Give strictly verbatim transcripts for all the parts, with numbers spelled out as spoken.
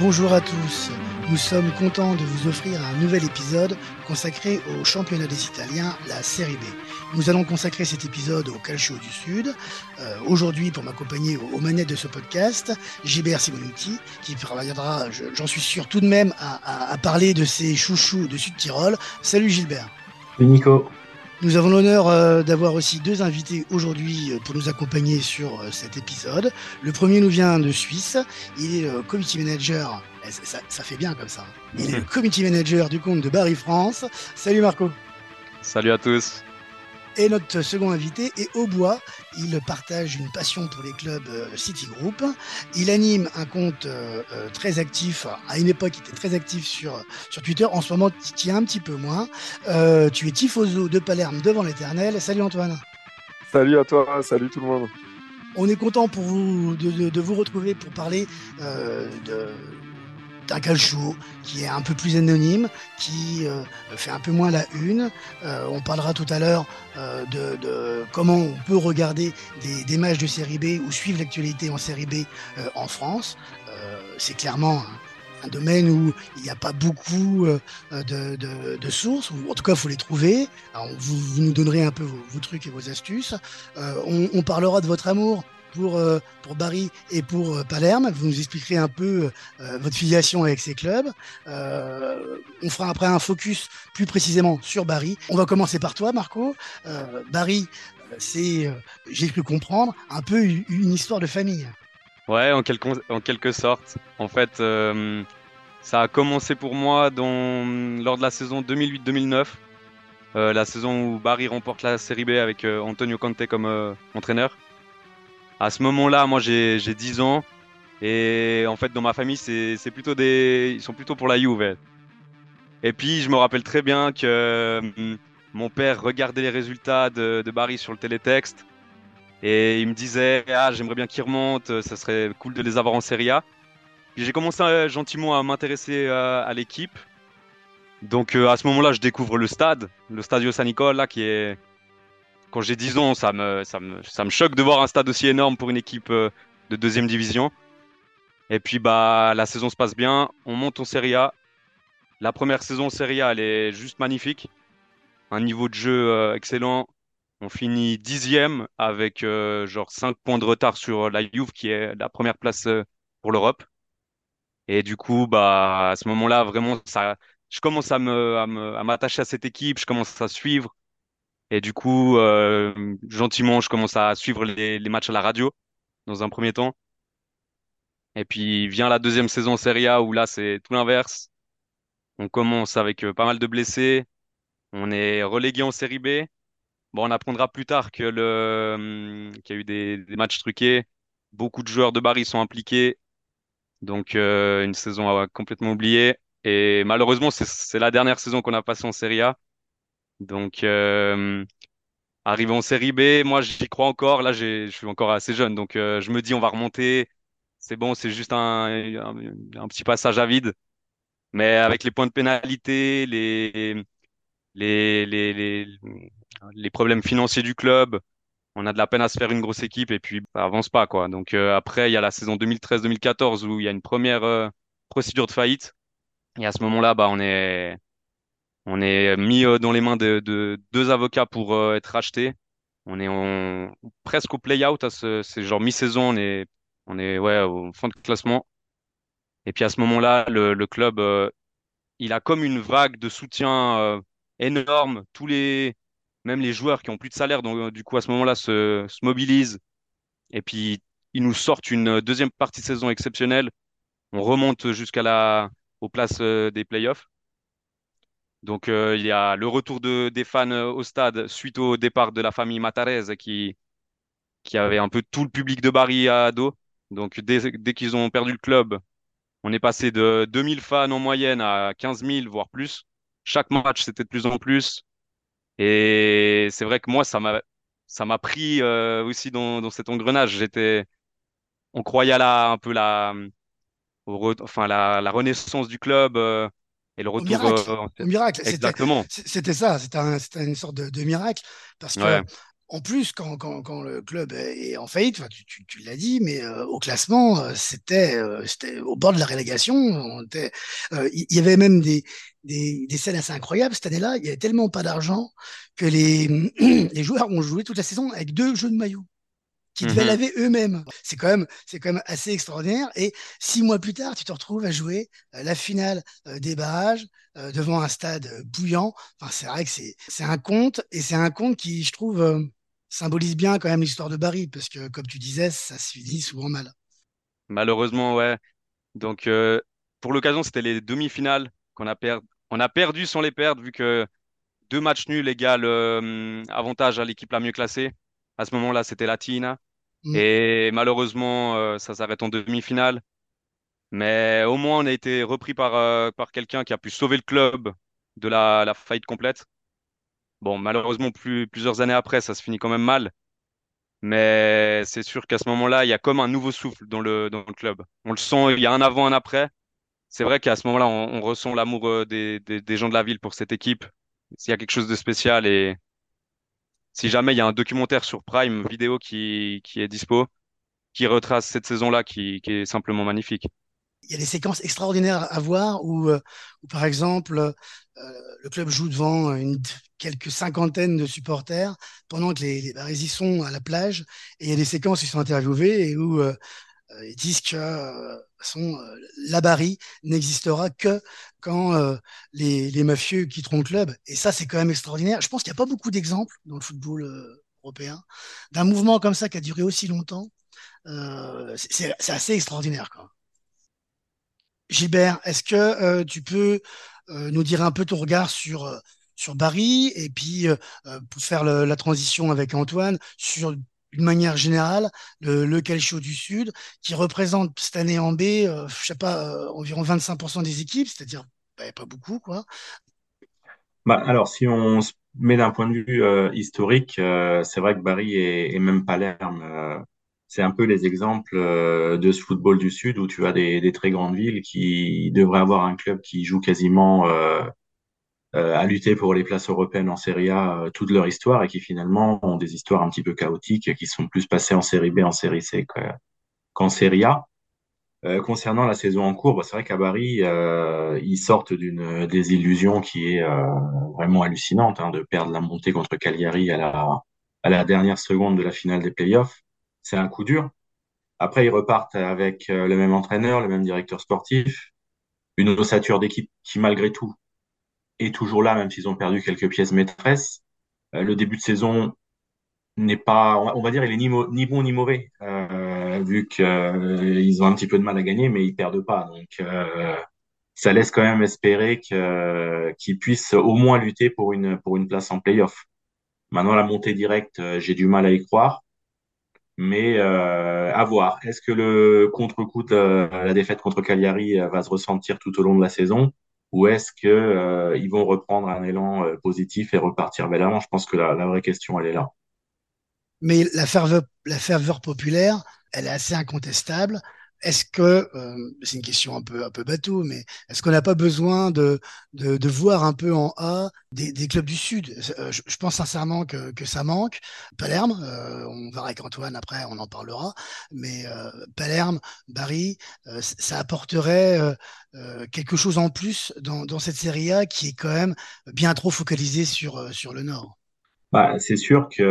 Bonjour à tous, nous sommes contents de vous offrir un nouvel épisode consacré au championnat des Italiens, la Série B. Nous allons consacrer cet épisode au Calcio du Sud. Euh, aujourd'hui, pour m'accompagner aux, aux manettes de ce podcast, Gilbert Simonuti, qui parviendra, je- j'en suis sûr, tout de même à, à- à parler de ses chouchous de Sud-Tyrol. Salut Gilbert. Oui, Nico. Nous avons l'honneur euh, d'avoir aussi deux invités aujourd'hui euh, pour nous accompagner sur euh, cet épisode. Le premier nous vient de Suisse. Il est le community manager. Eh, ça, ça- ça fait bien comme ça. Il est le community manager du compte de Barry France. Salut Marco. Salut à tous. Et notre second invité est Aubois. Il partage une passion pour les clubs euh, City Group. Il anime un compte euh, euh, très actif. À une époque, il était très actif sur, sur Twitter. En ce moment, tu tiens un petit peu moins. Euh, tu es tifoso de Palerme devant l'éternel. Salut Antoine. Salut à toi, salut tout le monde. On est content pour vous, de, de- de vous retrouver pour parler euh, de, d'un calcio qui est un peu plus anonyme, qui euh, fait un peu moins la une. Euh, on parlera tout à l'heure euh, de, de comment on peut regarder des, des matchs de série B ou suivre l'actualité en série B euh, en France. Euh, c'est clairement un, un domaine où il n'y a pas beaucoup euh, de, de- de sources, ou en tout cas il faut les trouver. Alors, vous, vous nous donnerez un peu vos, vos trucs et vos astuces. Euh, on, on parlera de votre amour pour, euh, pour Bari et pour euh, Palerme. Vous nous expliquerez un peu euh, votre filiation avec ces clubs. Euh, on fera après un focus plus précisément sur Bari. On va commencer par toi, Marco. Euh, Bari, euh, c'est, euh, j'ai cru comprendre, un peu une, une histoire de famille. Ouais, en quelque, en quelque sorte. En fait, euh, ça a commencé pour moi dans, lors de la saison deux mille huit deux mille neuf, euh, la saison où Bari remporte la Série B avec euh, Antonio Conte comme euh, entraîneur. À ce moment-là, moi j'ai j'ai dix ans et en fait dans ma famille c'est c'est plutôt des ils sont plutôt pour la Juve. Et puis je me rappelle très bien que euh, mon père regardait les résultats de, de Bari sur le télétexte et il me disait ah j'aimerais bien qu'ils remontent, ça serait cool de les avoir en Serie A. Puis j'ai commencé euh, gentiment à m'intéresser euh, à l'équipe. Donc euh, à ce moment-là, je découvre le stade, le Stadio San Nicola, qui est, quand j'ai dix ans, ça me, ça me, ça me choque de voir un stade aussi énorme pour une équipe euh, de deuxième division. Et puis bah la saison se passe bien, on monte en Serie A. La première saison en Serie A, elle est juste magnifique, un niveau de jeu euh, excellent. On finit dixième avec euh, genre cinq points de retard sur la Juve, qui est la première place euh, pour l'Europe. Et du coup, bah, à ce moment-là, vraiment, ça, je commence à me, à me, à m'attacher à cette équipe, je commence à suivre. Et du coup, euh, gentiment, je commence à suivre les, les matchs à la radio dans un premier temps. Et puis vient la deuxième saison Serie A où là, c'est tout l'inverse. On commence avec euh, pas mal de blessés. On est relégué en Série B. Bon, on apprendra plus tard que le, hum, qu'il y a eu des, des matchs truqués. Beaucoup de joueurs de Bari sont impliqués. Donc, euh, une saison à complètement oubliée. Et malheureusement, c'est c'est la dernière saison qu'on a passée en Serie A. Donc, euh, arrivé en Série B, moi, j'y crois encore. Là, j'ai, je suis encore assez jeune. Donc, euh, je me dis, on va remonter. C'est bon, c'est juste un, un, un petit passage à vide. Mais avec les points de pénalité, les, les, les, les, les problèmes financiers du club, on a de la peine à se faire une grosse équipe et puis ça avance pas, quoi. Donc, euh, après, il y a la saison deux mille treize deux mille quatorze où il y a une première euh, procédure de faillite. Et à ce moment-là, bah, on est, on est mis euh, dans les mains de, de deux avocats pour euh, être rachetés. On est en- presque au play-out, à ce- c'est genre mi-saison, on est, on est ouais, au fond de classement. Et puis à ce moment-là, le, le club, euh, il a comme une vague de soutien euh, énorme. Tous les, même les joueurs qui ont plus de salaire, donc euh, du coup à ce moment-là se, se mobilisent. Et puis ils nous sortent une deuxième partie de saison exceptionnelle. On remonte jusqu'à la, aux places euh, des playoffs. Donc, euh, il y a le retour de, des fans euh, au stade suite au départ de la famille Matarese qui, qui avait un peu tout le public de Bari à dos. Donc, dès, dès qu'ils ont perdu le club, on est passé de deux mille fans en moyenne à quinze mille, voire plus. Chaque match, c'était de plus en plus. Et c'est vrai que moi, ça m'a, ça m'a pris euh, aussi dans, dans cet engrenage. J'étais, on croyait à la, un peu la, au re- enfin, la, la renaissance du club euh, et le Au retour. miracle, euh, au miracle. C'était, exactement. c'était ça, c'était un- c'était une sorte de, de miracle parce que Ouais. En plus, quand, quand, quand le club est en faillite, enfin, tu, tu, tu l'as dit, mais euh, au classement, euh, c'était euh, c'était au bord de la relégation. On était, euh, Il y, y avait même des, des, des scènes assez incroyables cette année-là. Il y avait tellement pas d'argent que les, les joueurs ont joué toute la saison avec deux jeux de maillot qui devaient Mhm. laver eux-mêmes. C'est quand même, c'est quand même assez extraordinaire. Et six mois plus tard, tu te retrouves à jouer euh, la finale euh, des barrages euh, devant un stade euh, bouillant. Enfin, c'est vrai que c'est, c'est un conte et c'est un conte qui, je trouve, euh, symbolise bien quand même l'histoire de Barry parce que, comme tu disais, ça se finit souvent mal. Malheureusement, ouais. Donc, euh, pour l'occasion, c'était les demi-finales qu'on a perdu. On a perdu sans les perdre, vu que deux matchs nuls égale euh, avantage à l'équipe la mieux classée. À ce moment-là, c'était la Tina. Mm. Et malheureusement, euh, ça s'arrête en demi-finale. Mais au moins, on a été repris par, euh, par quelqu'un qui a pu sauver le club de la, la faillite complète. Bon, malheureusement, plus, plusieurs années après, ça se finit quand même mal. Mais c'est sûr qu'à ce moment-là, il y a comme un nouveau souffle dans le, dans le club. On le sent, il y a un avant, un après. C'est vrai qu'à ce moment-là, on, on ressent l'amour euh, des, des, des gens de la ville pour cette équipe. Il y a quelque chose de spécial. Et si jamais il y a un documentaire sur Prime vidéo qui, qui est dispo, qui retrace cette saison-là, qui, qui est simplement magnifique. Il y a des séquences extraordinaires à voir où, euh, où par exemple, euh, le club joue devant une, quelques cinquantaines de supporters pendant que les, les Barrésis sont à la plage. Et il y a des séquences qui sont interviewées et où euh, Euh, ils disent que euh, de toute façon, euh, la Barry n'existera que quand euh, les, les mafieux quitteront le club. Et ça, c'est quand même extraordinaire. Je pense qu'il n'y a pas beaucoup d'exemples dans le football euh, européen d'un mouvement comme ça qui a duré aussi longtemps. Euh, c'est c'est assez extraordinaire, quoi. Gilbert, est-ce que euh, tu peux euh, nous dire un peu ton regard sur, euh, sur Barry et puis euh, euh, pour faire le- la transition avec Antoine sur d'une manière générale le, le Calcio du Sud qui représente cette année en B, euh, je sais pas, euh, environ vingt-cinq pour cent des équipes, c'est-à-dire bah, pas beaucoup, quoi. Bah, alors, si on se met d'un point de vue euh, historique, euh, c'est vrai que Bari et, et même Palerme, euh, c'est un peu les exemples euh, de ce football du Sud où tu as des, des très grandes villes qui devraient avoir un club qui joue quasiment euh, euh, à lutter pour les places européennes en Serie A euh, toute leur histoire et qui finalement ont des histoires un petit peu chaotiques qui sont plus passées en Série B, en Série C que- qu'en Série A. Euh, concernant la saison en cours, bah, c'est vrai qu'à Bari, euh, ils sortent d'une désillusion qui est euh, vraiment hallucinante, hein, de perdre la montée contre Cagliari à la, à la dernière seconde de la finale des playoffs. C'est un coup dur. Après, ils repartent avec euh, le même entraîneur, le même directeur sportif, une ossature d'équipe qui, malgré tout, est toujours là, même s'ils ont perdu quelques pièces maîtresses. Euh, le début de saison n'est pas, on va, on va dire, il est ni, mau- ni bon ni mauvais, euh, vu qu'ils ont un petit peu de mal à gagner, mais ils perdent pas. Donc, euh, ça laisse quand même espérer que, qu'ils puissent au moins lutter pour une, pour une place en playoff. Maintenant, la montée directe, euh, j'ai du mal à y croire, mais euh, à voir. Est-ce que le contre-coup de la, la défaite contre Cagliari euh, va se ressentir tout au long de la saison, ou est-ce que euh, ils vont reprendre un élan euh, positif et repartir vers l'avant? Je pense que la, la vraie question, elle est là. Mais la ferveur, la ferveur populaire, elle est assez incontestable. Est-ce que, euh, c'est une question un peu, un peu bateau, mais est-ce qu'on n'a pas besoin de, de, de voir un peu en A des, des clubs du Sud? Euh, Je, je pense sincèrement que, que ça manque. Palerme, euh, on verra avec Antoine après, on en parlera, mais euh, Palerme, Bari, euh, c- ça apporterait euh, euh, quelque chose en plus dans, dans cette Serie A qui est quand même bien trop focalisée sur, euh, sur le Nord. Bah, c'est sûr que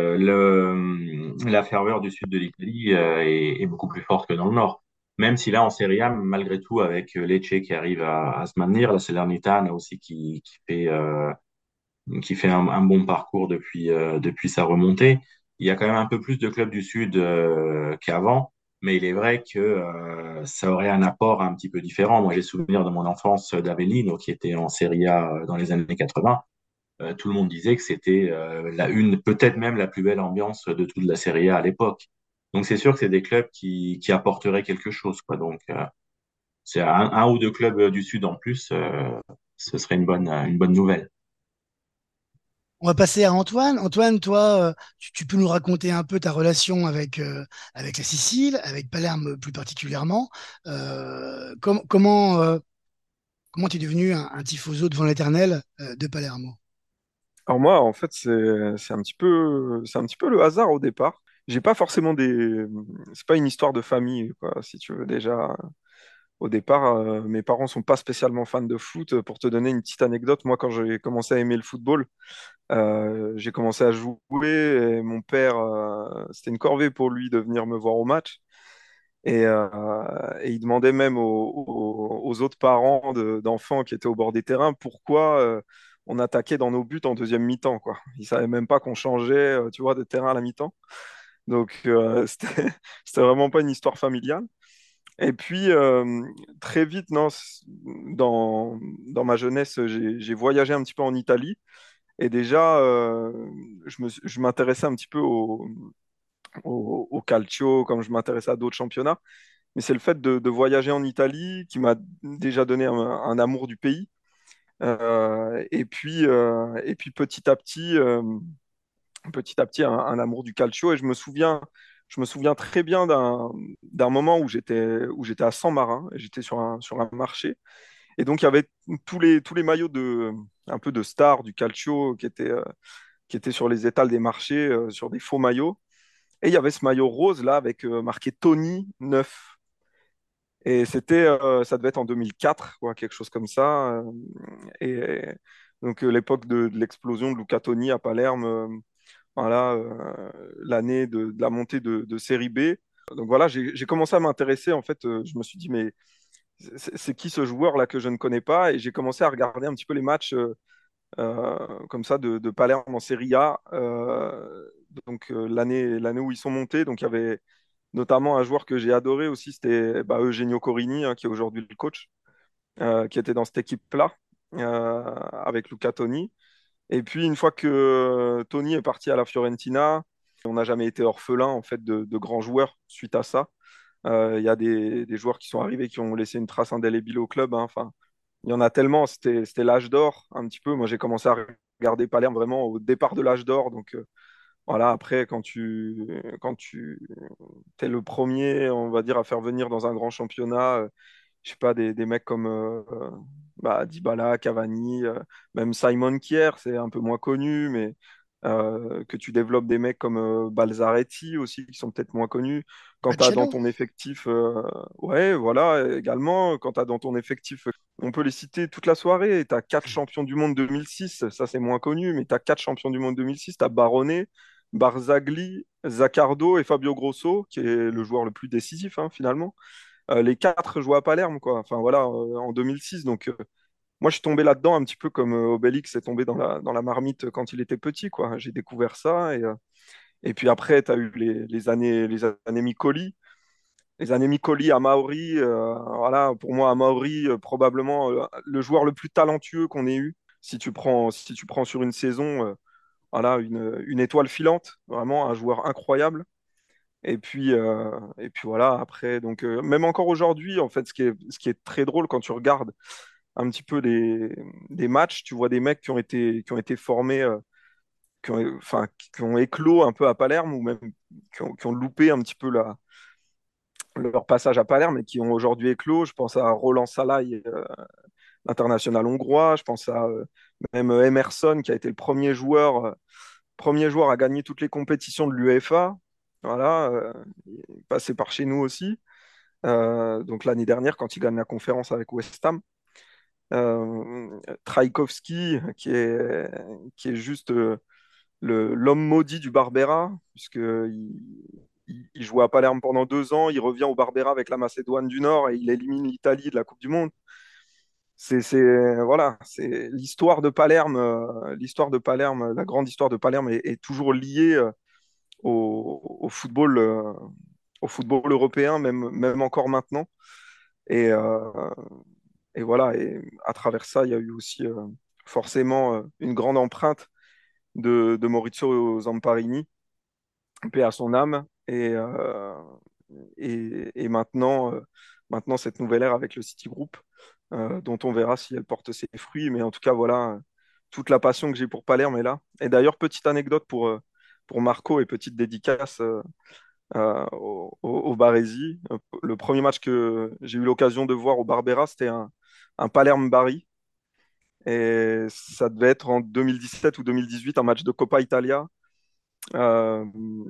le, la ferveur du sud de l'Italie euh, est, est beaucoup plus forte que dans le nord. Même si là, en Serie A, malgré tout, avec Lecce qui arrive à, à se maintenir, la Salernitana aussi qui, qui fait, euh, qui fait un, un bon parcours depuis, euh, depuis sa remontée, il y a quand même un peu plus de clubs du sud euh, qu'avant. Mais il est vrai que euh, ça aurait un apport un petit peu différent. Moi, j'ai souvenir de mon enfance d'Avellino, qui était en Serie A euh, dans les années quatre-vingts. Euh, tout le monde disait que c'était euh, la une, peut-être même la plus belle ambiance de toute la Serie A à l'époque. Donc c'est sûr que c'est des clubs qui, qui apporteraient quelque chose, quoi. Donc euh, c'est un, un ou deux clubs euh, du Sud en plus, euh, ce serait une bonne, une bonne nouvelle. On va passer à Antoine. Antoine, toi, euh, tu, tu peux nous raconter un peu ta relation avec, euh, avec la Sicile, avec Palerme plus particulièrement. Euh, com- comment euh, comment tu es devenu un, un tifoso devant l'éternel euh, de Palermo? Alors moi, en fait, c'est c'est un petit peu c'est un petit peu le hasard au départ. J'ai pas forcément des c'est pas une histoire de famille quoi, si tu veux déjà. Au départ, euh, mes parents sont pas spécialement fans de foot. Pour te donner une petite anecdote, moi, quand j'ai commencé à aimer le football, euh, j'ai commencé à jouer et mon père, euh, c'était une corvée pour lui de venir me voir au match. Et, euh, et il demandait même aux, aux- aux autres parents de- d'enfants qui étaient au bord des terrains pourquoi euh, on attaquait dans nos buts en deuxième mi-temps, quoi. Il savait même pas qu'on changeait, euh, tu vois, de terrain à la mi-temps. Donc, euh, c'était c'était vraiment pas une histoire familiale. Et puis, euh, très vite, non, c- dans, dans ma jeunesse, j'ai j'ai voyagé un petit peu en Italie. Et déjà, euh, je me suis- je m'intéressais un petit peu au, au, au calcio, comme je m'intéressais à d'autres championnats. Mais c'est le fait de, de voyager en Italie qui m'a déjà donné un, un amour du pays. Euh, et puis, euh, et puis petit à petit, euh, petit à petit, un, un amour du calcio. Et je me souviens, je me souviens très bien d'un d'un moment où j'étais où j'étais à San Marin. Et j'étais sur un, sur un marché. Et donc, il y avait tous les, tous les maillots de, un peu de stars du calcio qui étaient, euh, qui étaient sur les étals des marchés, euh, sur des faux maillots. Et il y avait ce maillot rose là avec euh, marqué Tony neuf. Et c'était, euh, ça devait être en deux mille quatre, quoi, quelque chose comme ça. euh, Et donc, euh, l'époque de, de l'explosion de Luca Toni à Palerme, euh, voilà, euh, l'année de, de la montée de, de Série B. Donc voilà, j'ai j'ai commencé à m'intéresser. En fait, euh, je me suis dit, mais c'est c'est qui ce joueur là que je ne connais pas? Et j'ai commencé à regarder un petit peu les matchs euh, euh, comme ça de, de Palerme en Serie A. Euh, donc euh, l'année l'année où ils sont montés. Donc il y avait notamment un joueur que j'ai adoré aussi, c'était bah, Eugenio Corini, hein, qui est aujourd'hui le coach, euh, qui était dans cette équipe-là euh, avec Luca Toni. Et puis une fois que euh, Toni est parti à la Fiorentina, on n'a jamais été orphelin en fait de, de grands joueurs suite à ça. Euh, Il y a des, des joueurs qui sont arrivés qui ont laissé une trace indélébile au club, hein. Enfin, il y en a tellement. C'était, c'était l'âge d'or un petit peu. Moi, j'ai commencé à regarder Palerme vraiment au départ de l'âge d'or. Donc euh, voilà, après, quand tu, quand tu es le premier, on va dire, à faire venir dans un grand championnat, euh, je sais pas, des, des mecs comme euh, euh, bah, Dybala, Cavani, euh, même Simon Kjær, c'est un peu moins connu, mais euh, que tu développes des mecs comme euh, Balzaretti aussi, qui sont peut-être moins connus. Quand tu as dans Marcello. ton effectif, euh, ouais, voilà, également, quand tu as dans ton effectif, on peut les citer toute la soirée. Tu as quatre champions du monde deux mille six, ça c'est moins connu, mais tu as quatre champions du monde deux mille six, tu as Barone, Barzagli, Zaccardo et Fabio Grosso, qui est le joueur le plus décisif hein, finalement. Euh, les quatre jouaient à Palerme, quoi. Enfin voilà, euh, en deux mille six. Donc euh, moi, je suis tombé là-dedans un petit peu comme euh, Obélix est tombé dans la, dans la marmite quand il était petit, quoi. J'ai découvert ça. Et, euh, et puis après, tu as eu les, les années, les années Micoli. Les années Micoli à Maori. Euh, voilà, pour moi, à Maori, euh, probablement euh, le joueur le plus talentueux qu'on ait eu. Si tu prends, si tu prends sur une saison, euh, voilà, une, une étoile filante. Vraiment, un joueur incroyable. Et puis, euh, et puis voilà, après, donc, euh, même encore aujourd'hui, en fait, ce qui est, ce qui est très drôle quand tu regardes un petit peu des, des matchs, tu vois des mecs qui ont été, qui ont été formés, euh, qui ont, enfin, qui ont éclos un peu à Palerme ou même qui ont, qui ont loupé un petit peu la, leur passage à Palerme et qui ont aujourd'hui éclos. Je pense à Roland Salai, euh, l'international hongrois. Je pense à euh, même Emerson, qui a été le premier joueur, euh, premier joueur à gagner toutes les compétitions de l'UEFA. Voilà, euh, il est passé par chez nous aussi. Euh, donc l'année dernière, quand il gagne la conférence avec West Ham. Euh, Trajkovski, qui est, qui est juste euh, le, l'homme maudit du Barbera, puisqu'il il, il jouait à Palerme pendant deux ans, il revient au Barbera avec la Macédoine du Nord et il élimine l'Italie de la Coupe du Monde. C'est, c'est, voilà, c'est l'histoire de Palerme, euh, l'histoire de Palerme, la grande histoire de Palerme est, est toujours liée euh, au, au football, euh, au football européen, même, même encore maintenant. Et, euh, et voilà, et à travers ça, il y a eu aussi euh, forcément euh, une grande empreinte de, de Maurizio Zamparini, paix à son âme. Et, euh, et, et maintenant, euh, maintenant, cette nouvelle ère avec le City Group, euh, dont on verra si elle porte ses fruits. Mais en tout cas, voilà, euh, toute la passion que j'ai pour Palerme est là. Et d'ailleurs, petite anecdote pour, euh, pour Marco et petite dédicace euh, euh, au, au, au Baresi. Euh, Le premier match que j'ai eu l'occasion de voir au Barbera, c'était un, un Palerme-Bari. Et ça devait être en deux mille dix-sept ou deux mille dix-huit, un match de Coppa Italia. Euh,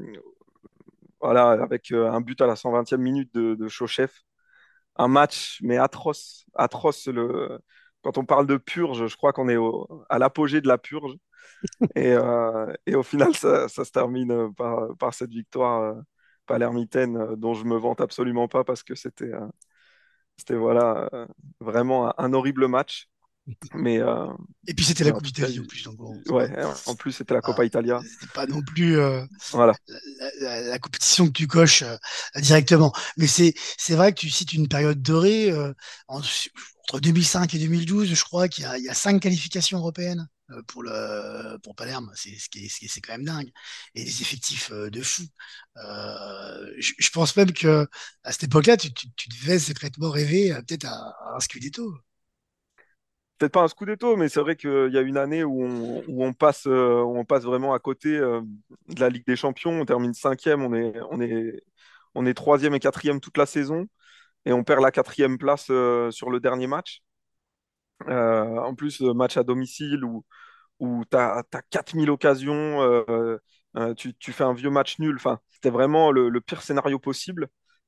voilà, avec euh, un but à la cent vingtième minute de, de Chochef. Un match, mais atroce. Atroce. Le... Quand on parle de purge, je crois qu'on est au- à l'apogée de la purge. Et, euh, et au final, ça, ça se termine par, par cette victoire euh, palermitaine euh, dont je me vante absolument pas parce que c'était euh, c'était voilà, euh, vraiment un, un horrible match. Mais, euh, Et puis c'était mais la en Coupe tout cas, d'Italie en il- plus, donc bon, c'est pas, ouais, en plus, c'était la ah, Coppa Italia. c'est pas non plus euh, Voilà. la, la- la compétition que tu coches euh, directement. Mais c'est c'est vrai que tu cites une période dorée euh, en- entre deux mille cinq et deux mille douze, je crois qu'il y a, il y a cinq qualifications européennes euh, pour le pour Palerme. C'est ce qui est, ce qui est- c'est quand même dingue. Et des effectifs euh, de fou. Euh, je, je pense même que à cette époque-là, tu, tu, tu devais secrètement rêver euh, peut-être à, à un Scudetto. Peut-être pas un Scudetto, mais c'est vrai qu'il y a une année où on, où on passe, euh, où on passe vraiment à côté euh, de la Ligue des Champions. On termine cinquième, on est, on est, on est troisième et quatrième toute la saison, et on perd la quatrième place euh, sur le dernier match. Euh, en plus, euh, match à domicile où, où tu as, quatre mille occasions, euh, euh, tu, tu fais un vieux match nul. Enfin, c'était vraiment le, le pire scénario possible.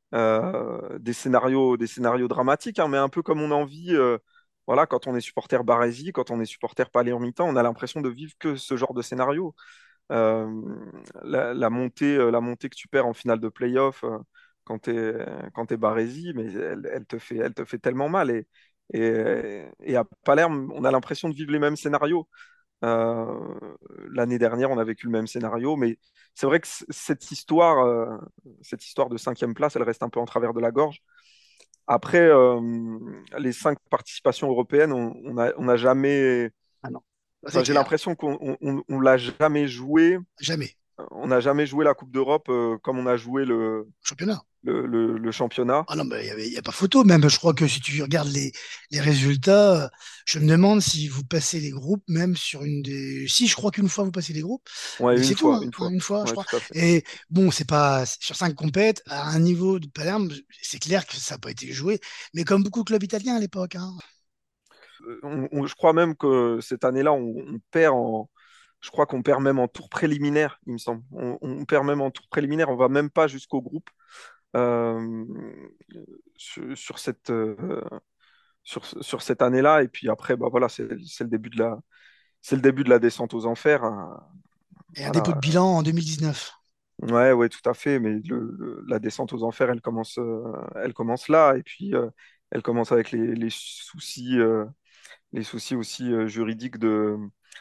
Euh, des scénarios, des scénarios dramatiques, hein, mais un peu comme on en vit, euh, voilà, quand on est supporter Baresi, quand on est supporter Palermitain, on a l'impression de vivre que ce genre de scénario. Euh, la, la montée, euh, la montée que tu perds en finale de play-off euh, quand tu es, quand t'es Baresi, mais elle, elle te fait, elle te fait tellement mal. Et, et, et à Palerme, on a l'impression de vivre les mêmes scénarios. Euh, L'année dernière, on a vécu le même scénario, mais c'est vrai que c- cette histoire, euh, cette histoire de cinquième place, elle reste un peu en travers de la gorge. Après, euh, les cinq participations européennes, on on a- on n'a jamais. Ah non, ça, c'est Enfin, j'ai clair. l'impression qu'on on, on- on l'a jamais joué. Jamais. On n'a jamais joué la Coupe d'Europe euh, comme on a joué le, Championnat. le, le- le championnat. Ah non, mais il n'y a, y a pas photo même. Je crois que si tu regardes les, les résultats, euh, je me demande si vous passez les groupes, même sur une des. Si, je crois qu'une fois vous passez les groupes, Ouais, mais une c'est tout, fois, hein, une hein, fois. une fois, je Ouais, crois. tout à fait. Et bon, c'est pas sur cinq compètes, à un niveau de Palerme, c'est clair que ça n'a pas été joué, mais comme beaucoup de clubs italiens à l'époque, hein. Euh, on- on- je crois même que cette année-là, on, on perd en. Je crois qu'on perd même en tour préliminaire, il me semble. On, on perd même en tour préliminaire, on va même pas jusqu'au groupe. Euh, sur, sur cette, euh, sur, sur cette année-là. Et puis après, bah voilà, c'est c'est le début de la, c'est le début de la descente aux enfers, hein. Et un dépôt de Voilà. bilan en deux mille dix-neuf. Ouais, ouais, tout à fait. Mais le, le- la descente aux enfers, elle commence, euh, elle commence là. Et puis, euh, elle commence avec les, les soucis, euh, les soucis aussi euh, juridiques de,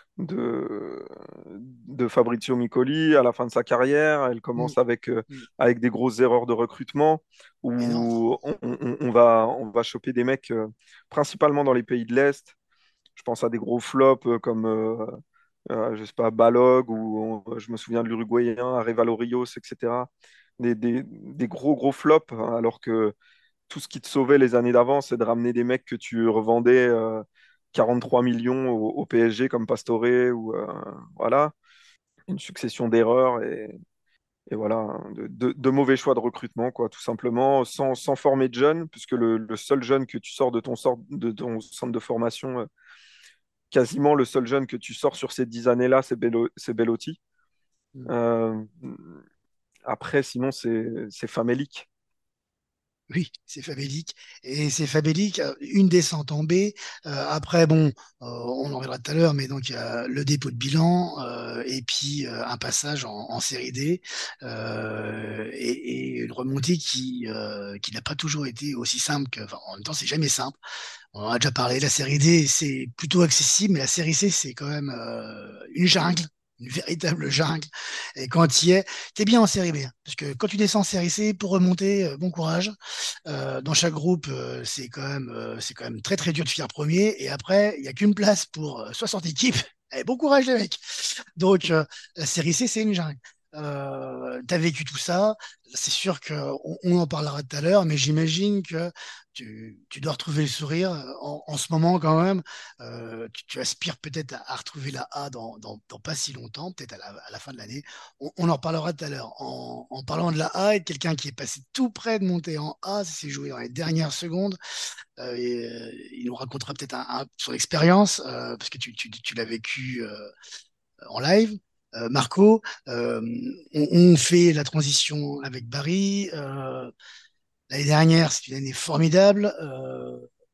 de, de Fabrizio Micoli à la fin de sa carrière. Elle Mm, commence avec, euh, mm. avec des grosses erreurs de recrutement Énorme. où on, on- on va, on va choper des mecs euh, principalement dans les pays de l'Est. Je pense à des gros flops euh, comme, euh, euh, je sais pas, Balog ou on- je me souviens de l'Uruguayen, Arévalo Rios, et cetera. Des, des, des gros, gros flops, hein, alors que tout ce qui te sauvait les années d'avant, c'est de ramener des mecs que tu revendais euh, quarante-trois millions au, au P S G comme Pastore ou euh, voilà, une succession d'erreurs et, et voilà, hein, de, de- de mauvais choix de recrutement, quoi, tout simplement, sans, sans former de jeunes, puisque le, le seul jeune que tu sors de ton, sort, de ton centre de formation, euh, quasiment le seul jeune que tu sors sur ces dix années-là, c'est Bello- c'est Bellotti. Mm. Euh, Après, sinon, c'est c'est famélique. Oui, c'est famélique. Et c'est famélique, euh, une descente en B. Euh, après, bon, euh, on en reviendra tout à l'heure, mais donc il y a le dépôt de bilan euh, et puis euh, un passage en, en série D euh, et, et une remontée qui, euh, qui n'a pas toujours été aussi simple que. Enfin, en même temps, c'est jamais simple. On en a déjà parlé. La série D, c'est plutôt accessible, mais la série C, c'est quand même euh, une jungle. Une véritable jungle. Et quand tu y es, t'es bien en série B, hein. Parce que quand tu descends en série C, pour remonter, euh, bon courage. Euh, dans chaque groupe, euh, c'est quand même, euh, c'est quand même très très dur de finir premier. Et après, il n'y a qu'une place pour euh, soixante équipes. Eh, bon courage les mecs. Donc, euh, la série C, c'est une jungle. Euh, tu as vécu tout ça. C'est sûr qu'on on en parlera tout à l'heure, mais j'imagine que tu, tu dois retrouver le sourire en, en ce moment quand même. Euh, tu, tu aspires peut-être à, à retrouver la A dans, dans, dans pas si longtemps, peut-être à la, à la fin de l'année. On, on en reparlera tout à l'heure. En, en parlant de la A et de quelqu'un qui est passé tout près de monter en A, ça s'est joué dans les dernières secondes. Euh, et, euh, il nous racontera peut-être un, un- son expérience, euh, parce que tu, tu, tu l'as vécu euh, en live. Euh, Marco, euh, on, on fait la transition avec Barry. Euh, l'année dernière, c'est une année formidable. Euh,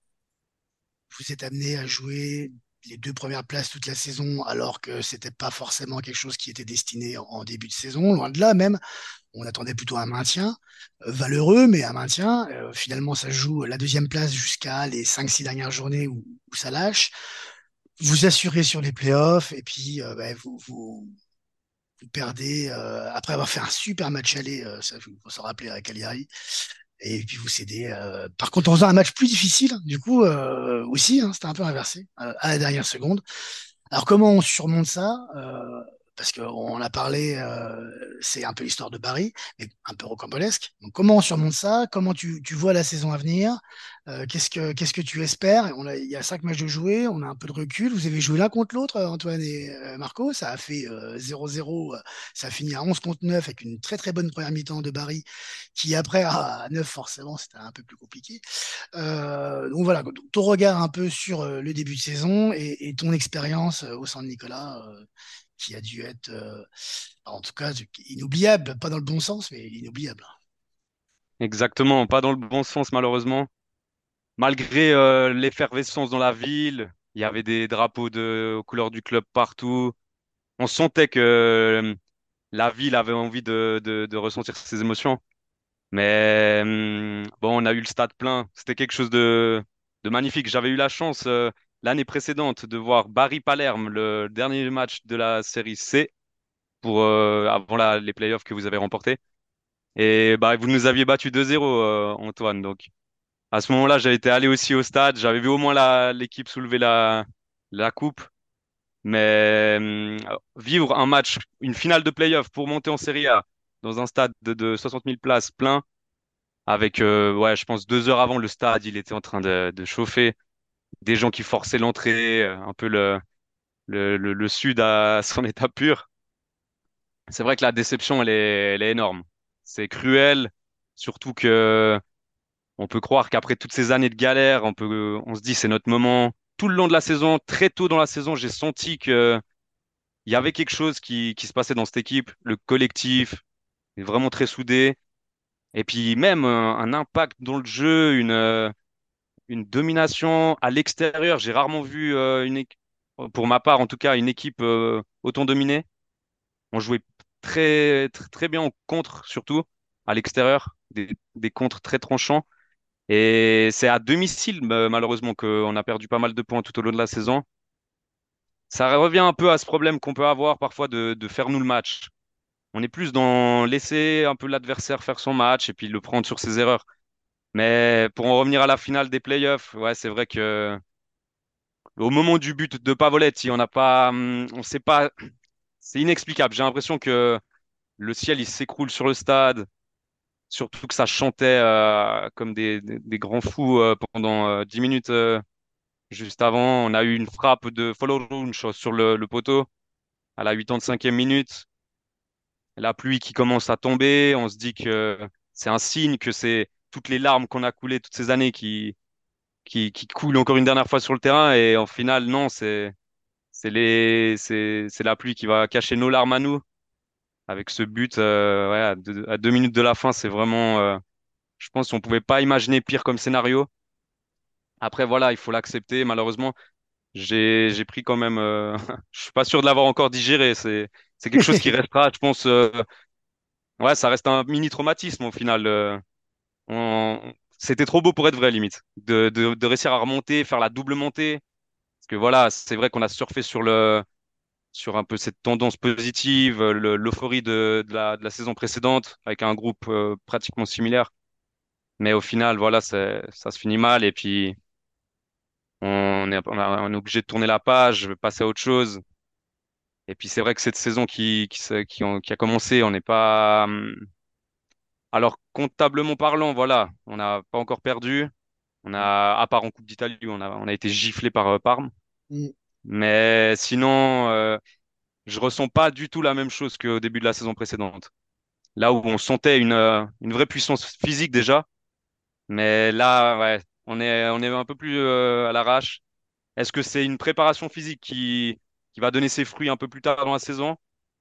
vous êtes amené à jouer les deux premières places toute la saison, alors que c'était pas forcément quelque chose qui était destiné en, en début de saison. Loin de là, même, on attendait plutôt un maintien, euh, valeureux, mais un maintien. Euh, finalement, ça joue la deuxième place jusqu'à les cinq six dernières journées où, où ça lâche. Vous assurez sur les playoffs, et puis euh, bah, vous, vous, vous perdez euh, après avoir fait un super match aller, euh, ça, il faut s'en rappeler à Cagliari, et puis vous cédez. Euh, par contre, en faisant un match plus difficile, du coup, euh, aussi, hein, c'était un peu inversé euh, à la dernière seconde. Alors comment on surmonte ça? Euh, parce qu'on a parlé, euh, c'est un peu l'histoire de Barry, mais un peu rocambolesque. Donc comment on surmonte ça? Comment tu, tu vois la saison à venir? Euh, qu'est-ce que, qu'est-ce que tu espères? On a, il y a cinq matchs de jouer, on a un peu de recul. Vous avez joué l'un contre l'autre, euh, Antoine et euh, Marco. Ça a fait euh, zéro zéro, euh, ça a fini à onze contre neuf avec une très très bonne première mi-temps de Barry, qui après à neuf forcément c'était un peu plus compliqué. Euh, donc voilà, ton regard un peu sur euh, le début de saison et, et ton expérience euh, au San Nicolas, euh, qui a dû être, euh, en tout cas, inoubliable, pas dans le bon sens, mais inoubliable. Exactement, pas dans le bon sens malheureusement. Malgré euh, l'effervescence dans la ville, il y avait des drapeaux de, aux couleurs du club partout. On sentait que euh, la ville avait envie de, de, de ressentir ses émotions. Mais hum, bon, on a eu le stade plein. C'était quelque chose de, de magnifique. J'avais eu la chance euh, l'année précédente de voir Bari-Palerme, le dernier match de la série C, pour, euh, avant la, les playoffs que vous avez remportés. Et bah, vous nous aviez battu deux zéro, euh, Antoine. Donc à ce moment-là, j'avais été allé aussi au stade. J'avais vu au moins la, l'équipe soulever la, la coupe. Mais hum, vivre un match, une finale de playoff pour monter en Serie A dans un stade de, de soixante mille places plein, avec, euh, ouais, je pense deux heures avant, le stade, il était en train de, de chauffer. Des gens qui forçaient l'entrée, euh, un peu le, le, le, le sud à son état pur. C'est vrai que la déception, elle est, elle est énorme. C'est cruel, surtout que on peut croire qu'après toutes ces années de galère, on peut, on se dit c'est notre moment. Tout le long de la saison, très tôt dans la saison, j'ai senti que il y avait quelque chose qui, qui se passait dans cette équipe. Le collectif est vraiment très soudé. Et puis même euh, un impact dans le jeu, une, euh, une domination à l'extérieur. J'ai rarement vu euh, une équipe, pour ma part en tout cas, une équipe euh, autant dominée. On jouait très, très, très bien en contre, surtout à l'extérieur, des, des contres très tranchants. Et c'est à domicile, ma- malheureusement, qu'on a perdu pas mal de points tout au long de la saison. Ça revient un peu à ce problème qu'on peut avoir parfois de, de faire nous le match. On est plus dans laisser un peu l'adversaire faire son match et puis le prendre sur ses erreurs. Mais pour en revenir à la finale des playoffs, ouais, c'est vrai que au moment du but de Pavoletti, on n'a pas, hum, on sait pas, c'est inexplicable. J'ai l'impression que le ciel il s'écroule sur le stade, surtout que ça chantait euh, comme des, des, des grands fous euh, pendant euh, dix minutes. euh, Juste avant, on a eu une frappe de Foloruncho sur le, le poteau à la quatre-vingt-cinquième minute. La pluie qui commence à tomber. On se dit que c'est un signe que c'est toutes les larmes qu'on a coulées toutes ces années qui, qui, qui coulent encore une dernière fois sur le terrain. Et en finale, non, c'est, c'est les, c'est, c'est la pluie qui va cacher nos larmes à nous. Avec ce but, euh, ouais, à deux, à deux minutes de la fin, c'est vraiment, euh, je pense qu'on pouvait pas imaginer pire comme scénario. Après, voilà, il faut l'accepter. Malheureusement, J'ai j'ai pris quand même. Euh, je suis pas sûr de l'avoir encore digéré. C'est c'est quelque chose qui restera, je pense. Euh, ouais, ça reste un mini traumatisme au final. Euh, on- C'était trop beau pour être vrai, limite, de, de de réussir à remonter, faire la double montée. Parce que voilà, c'est vrai qu'on a surfé sur le sur un peu cette tendance positive, euh, le- l'euphorie de, de la de la saison précédente avec un groupe euh, pratiquement similaire. Mais au final, voilà, c'est ça se finit mal et puis on est on a- on est obligé de tourner la page, passer à autre chose. Et puis c'est vrai que cette saison qui, qui, se- qui, ont- qui a commencé, on n'est pas... hum, Alors comptablement parlant, voilà, on n'a pas encore perdu. On a, à part en Coupe d'Italie, où on a, on a été giflé par euh, Parme. Mm. Mais sinon, euh, je ressens pas du tout la même chose qu'au début de la saison précédente. Là où on sentait une, euh, une vraie puissance physique déjà. Mais là, ouais, on est, on est un peu plus euh, à l'arrache. Est-ce que c'est une préparation physique qui, qui va donner ses fruits un peu plus tard dans la saison?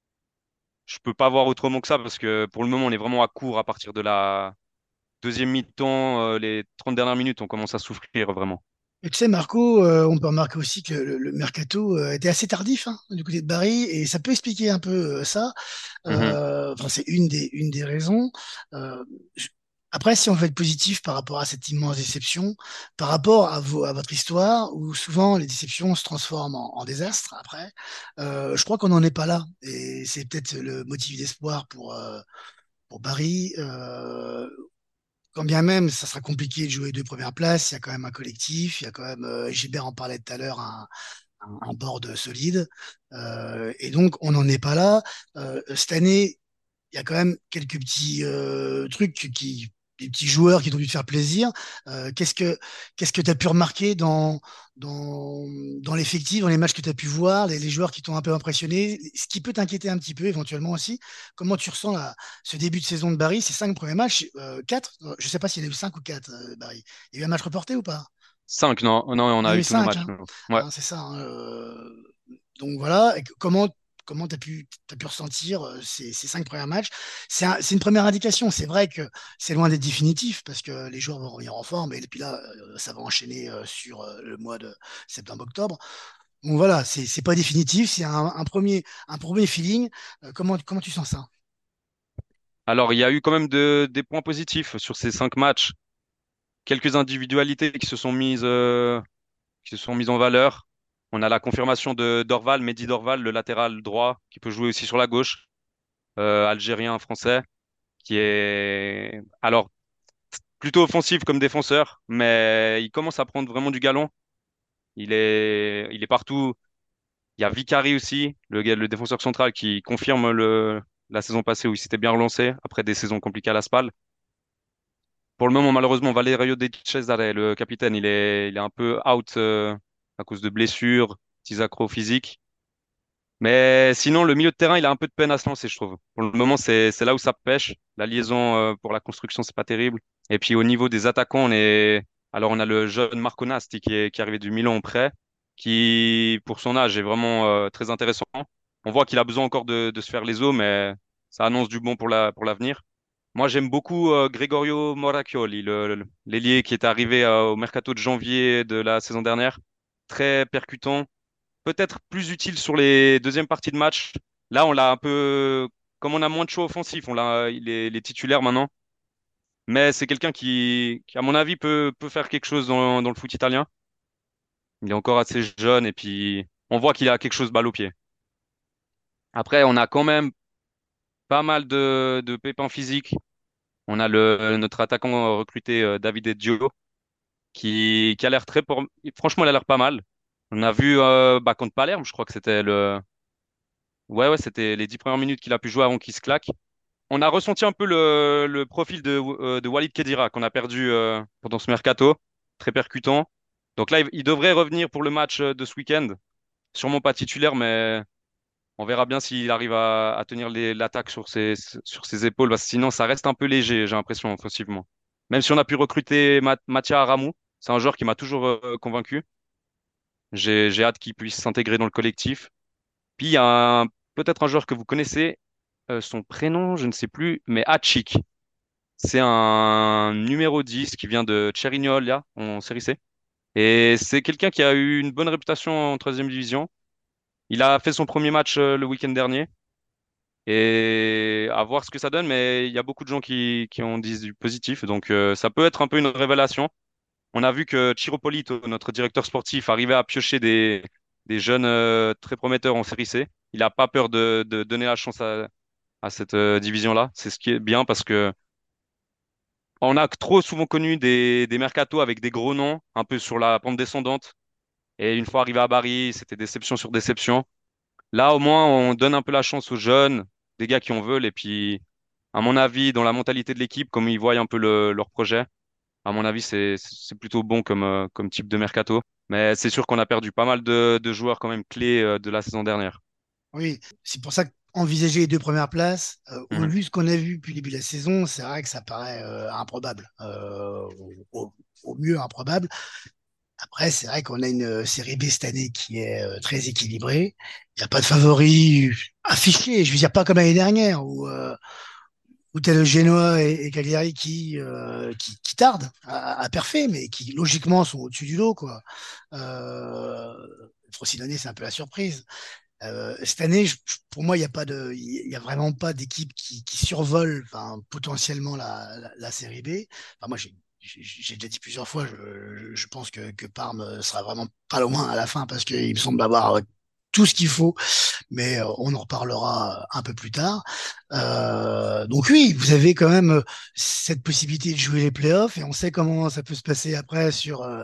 Je peux pas voir autrement que ça parce que pour le moment, on est vraiment à court à partir de la deuxième mi-temps, euh, les trente dernières minutes, on commence à souffrir vraiment. Et tu sais, Marco, euh, on peut remarquer aussi que le, le mercato euh, était assez tardif hein, du côté de Barry, et ça peut expliquer un peu euh, ça. Mhm, Euh, enfin, c'est une des, une des raisons. Euh, je- Après, si on veut être positif par rapport à cette immense déception, par rapport à, vos, à votre histoire, où souvent les déceptions se transforment en, en désastres après, euh, je crois qu'on n'en est pas là. Et c'est peut-être le motif d'espoir pour, euh, pour Barry. Euh, quand bien même, ça sera compliqué de jouer deux premières places, il y a quand même un collectif, il y a quand même, euh, Gilbert en parlait tout à l'heure, un, un, un board solide. Euh, et donc, on n'en est pas là. Euh, cette année, il y a quand même quelques petits euh, trucs qui, des petits joueurs qui ont dû te faire plaisir. Euh, qu'est-ce que qu'est-ce que tu as pu remarquer dans dans, dans l'effectif, dans les matchs que tu as pu voir, les, les joueurs qui t'ont un peu impressionné, ce qui peut t'inquiéter un petit peu éventuellement aussi. Comment tu ressens la, ce début de saison de Barry, ces cinq premiers matchs, euh, quatre, euh, je sais pas s'il y en a eu cinq ou quatre, euh, Barry. Il y a eu un match reporté ou pas? cinq, non, non, on Il y en a a eu eu tous nos cinq, matchs, hein. nous. Ouais. Hein, c'est ça. Hein, euh, donc voilà, et que- comment comment tu as pu, t'as pu ressentir euh, ces, ces cinq premiers matchs. C'est un- c'est une première indication. C'est vrai que c'est loin d'être définitif parce que les joueurs vont revenir en forme et puis là, euh, ça va enchaîner euh, sur euh, le mois de septembre-octobre. Donc voilà, c'est c'est pas définitif, c'est un, un premier, un premier feeling. Euh, comment, comment tu sens ça? Alors, il y a eu quand même de, des points positifs sur ces cinq matchs. Quelques individualités qui se sont mises, euh, qui se sont mises en valeur. On a la confirmation de Dorval, Mehdi Dorval, le latéral droit, qui peut jouer aussi sur la gauche, euh, algérien, français, qui est alors plutôt offensif comme défenseur, mais il commence à prendre vraiment du galon. Il est, il est partout. Il y a Vicari aussi, le, gars- le défenseur central, qui confirme le, la saison passée où il s'était bien relancé après des saisons compliquées à la Spal. Pour le moment, malheureusement, Valerio De Cesare, le capitaine, il est, il est un peu out euh, à cause de blessures, petits accros physiques. Mais sinon, le milieu de terrain, il a un peu de peine à se lancer, je trouve. Pour le moment, c'est, c'est là où ça pêche. La liaison euh, pour la construction, c'est pas terrible. Et puis au niveau des attaquants, on est, alors on a le jeune Marco Nasti qui est, qui est arrivé du Milan en prêt, qui, pour son âge, est vraiment euh, très intéressant. On voit qu'il a besoin encore de, de se faire les os, mais ça annonce du bon pour la, pour l'avenir. Moi, j'aime beaucoup euh, Gregorio Moracchioli, le, le- l'ailier qui est arrivé euh, au mercato de janvier de la saison dernière. Très percutant, peut-être plus utile sur les deuxièmes parties de match. Là, on l'a un peu, comme on a moins de choix offensifs, on l'a, il est, il est titulaire maintenant. Mais c'est quelqu'un qui, qui, à mon avis, peut, peut faire quelque chose dans, dans le foot italien. Il est encore assez jeune et puis on voit qu'il a quelque chose balle au pied. Après, on a quand même pas mal de, de pépins physiques. On a le, notre attaquant recruté, euh, Davide Gio, qui, qui a l'air très... Pour... Franchement, il a l'air pas mal. On a vu euh, bah, contre Palerme, je crois que c'était le... Ouais, ouais, c'était les dix premières minutes qu'il a pu jouer avant qu'il se claque. On a ressenti un peu le, le profil de, euh, de Walid Khedira qu'on a perdu euh, pendant ce mercato, très percutant. Donc là, il, il devrait revenir pour le match euh, de ce week-end. Sûrement pas titulaire, mais on verra bien s'il arrive à, à tenir les- l'attaque sur ses, sur ses épaules, parce que sinon, ça reste un peu léger, j'ai l'impression, offensivement. Même si on a pu recruter Ma- Mathia Aramou, c'est un joueur qui m'a toujours euh, convaincu. J'ai, j'ai hâte qu'il puisse s'intégrer dans le collectif. Puis il y a un- peut-être un joueur que vous connaissez, euh, son prénom, je ne sais plus, mais Hachik. C'est un numéro dix qui vient de Cerignola en Série C. Et c'est quelqu'un qui a eu une bonne réputation en troisième division. Il a fait son premier match euh, le week-end dernier. Et à voir ce que ça donne, mais il y a beaucoup de gens qui, qui en disent du positif. Donc euh, ça peut être un peu une révélation. On a vu que Ciro Polito, notre directeur sportif, arrivait à piocher des, des jeunes euh, très prometteurs en Série C. Il n'a pas peur de, de donner la chance à, à cette euh, division-là. C'est ce qui est bien parce que on a trop souvent connu des, des mercatos avec des gros noms, un peu sur la pente descendante. Et une fois arrivé à Bari, c'était déception sur déception. Là, au moins, on donne un peu la chance aux jeunes, des gars qui en veulent. Et puis, à mon avis, dans la mentalité de l'équipe, comme ils voient un peu le- leur projet, à mon avis, c'est c'est plutôt bon comme, euh, comme type de mercato. Mais c'est sûr qu'on a perdu pas mal de, de joueurs quand même clés euh, de la saison dernière. Oui, c'est pour ça qu'envisager les deux premières places, euh, au Mhm. vu de ce qu'on a vu depuis le début de la saison, c'est vrai que ça paraît euh, improbable. Euh, au, au mieux improbable. Après, c'est vrai qu'on a une euh, série B cette année qui est euh, très équilibrée. Il n'y a pas de favori affiché. Je veux dire, pas comme l'année dernière où, euh, où tu as le Genoa et, et Cagliari qui, euh, qui, qui tardent à, à perfer, mais qui logiquement sont au-dessus du lot, quoi. Euh, Frosinone, c'est un peu la surprise. Euh, cette année, je- pour moi, il n'y a pas de, il y a vraiment pas d'équipe qui, qui survole, enfin, potentiellement la, la, la série B. Enfin, moi, j'ai j'ai- j'ai déjà dit plusieurs fois, je, je pense que, que Parme sera vraiment pas loin à la fin parce qu'il me semble avoir tout ce qu'il faut, mais euh, on en reparlera un peu plus tard. Euh, donc oui, vous avez quand même euh, cette possibilité de jouer les playoffs et on sait comment ça peut se passer après sur, euh,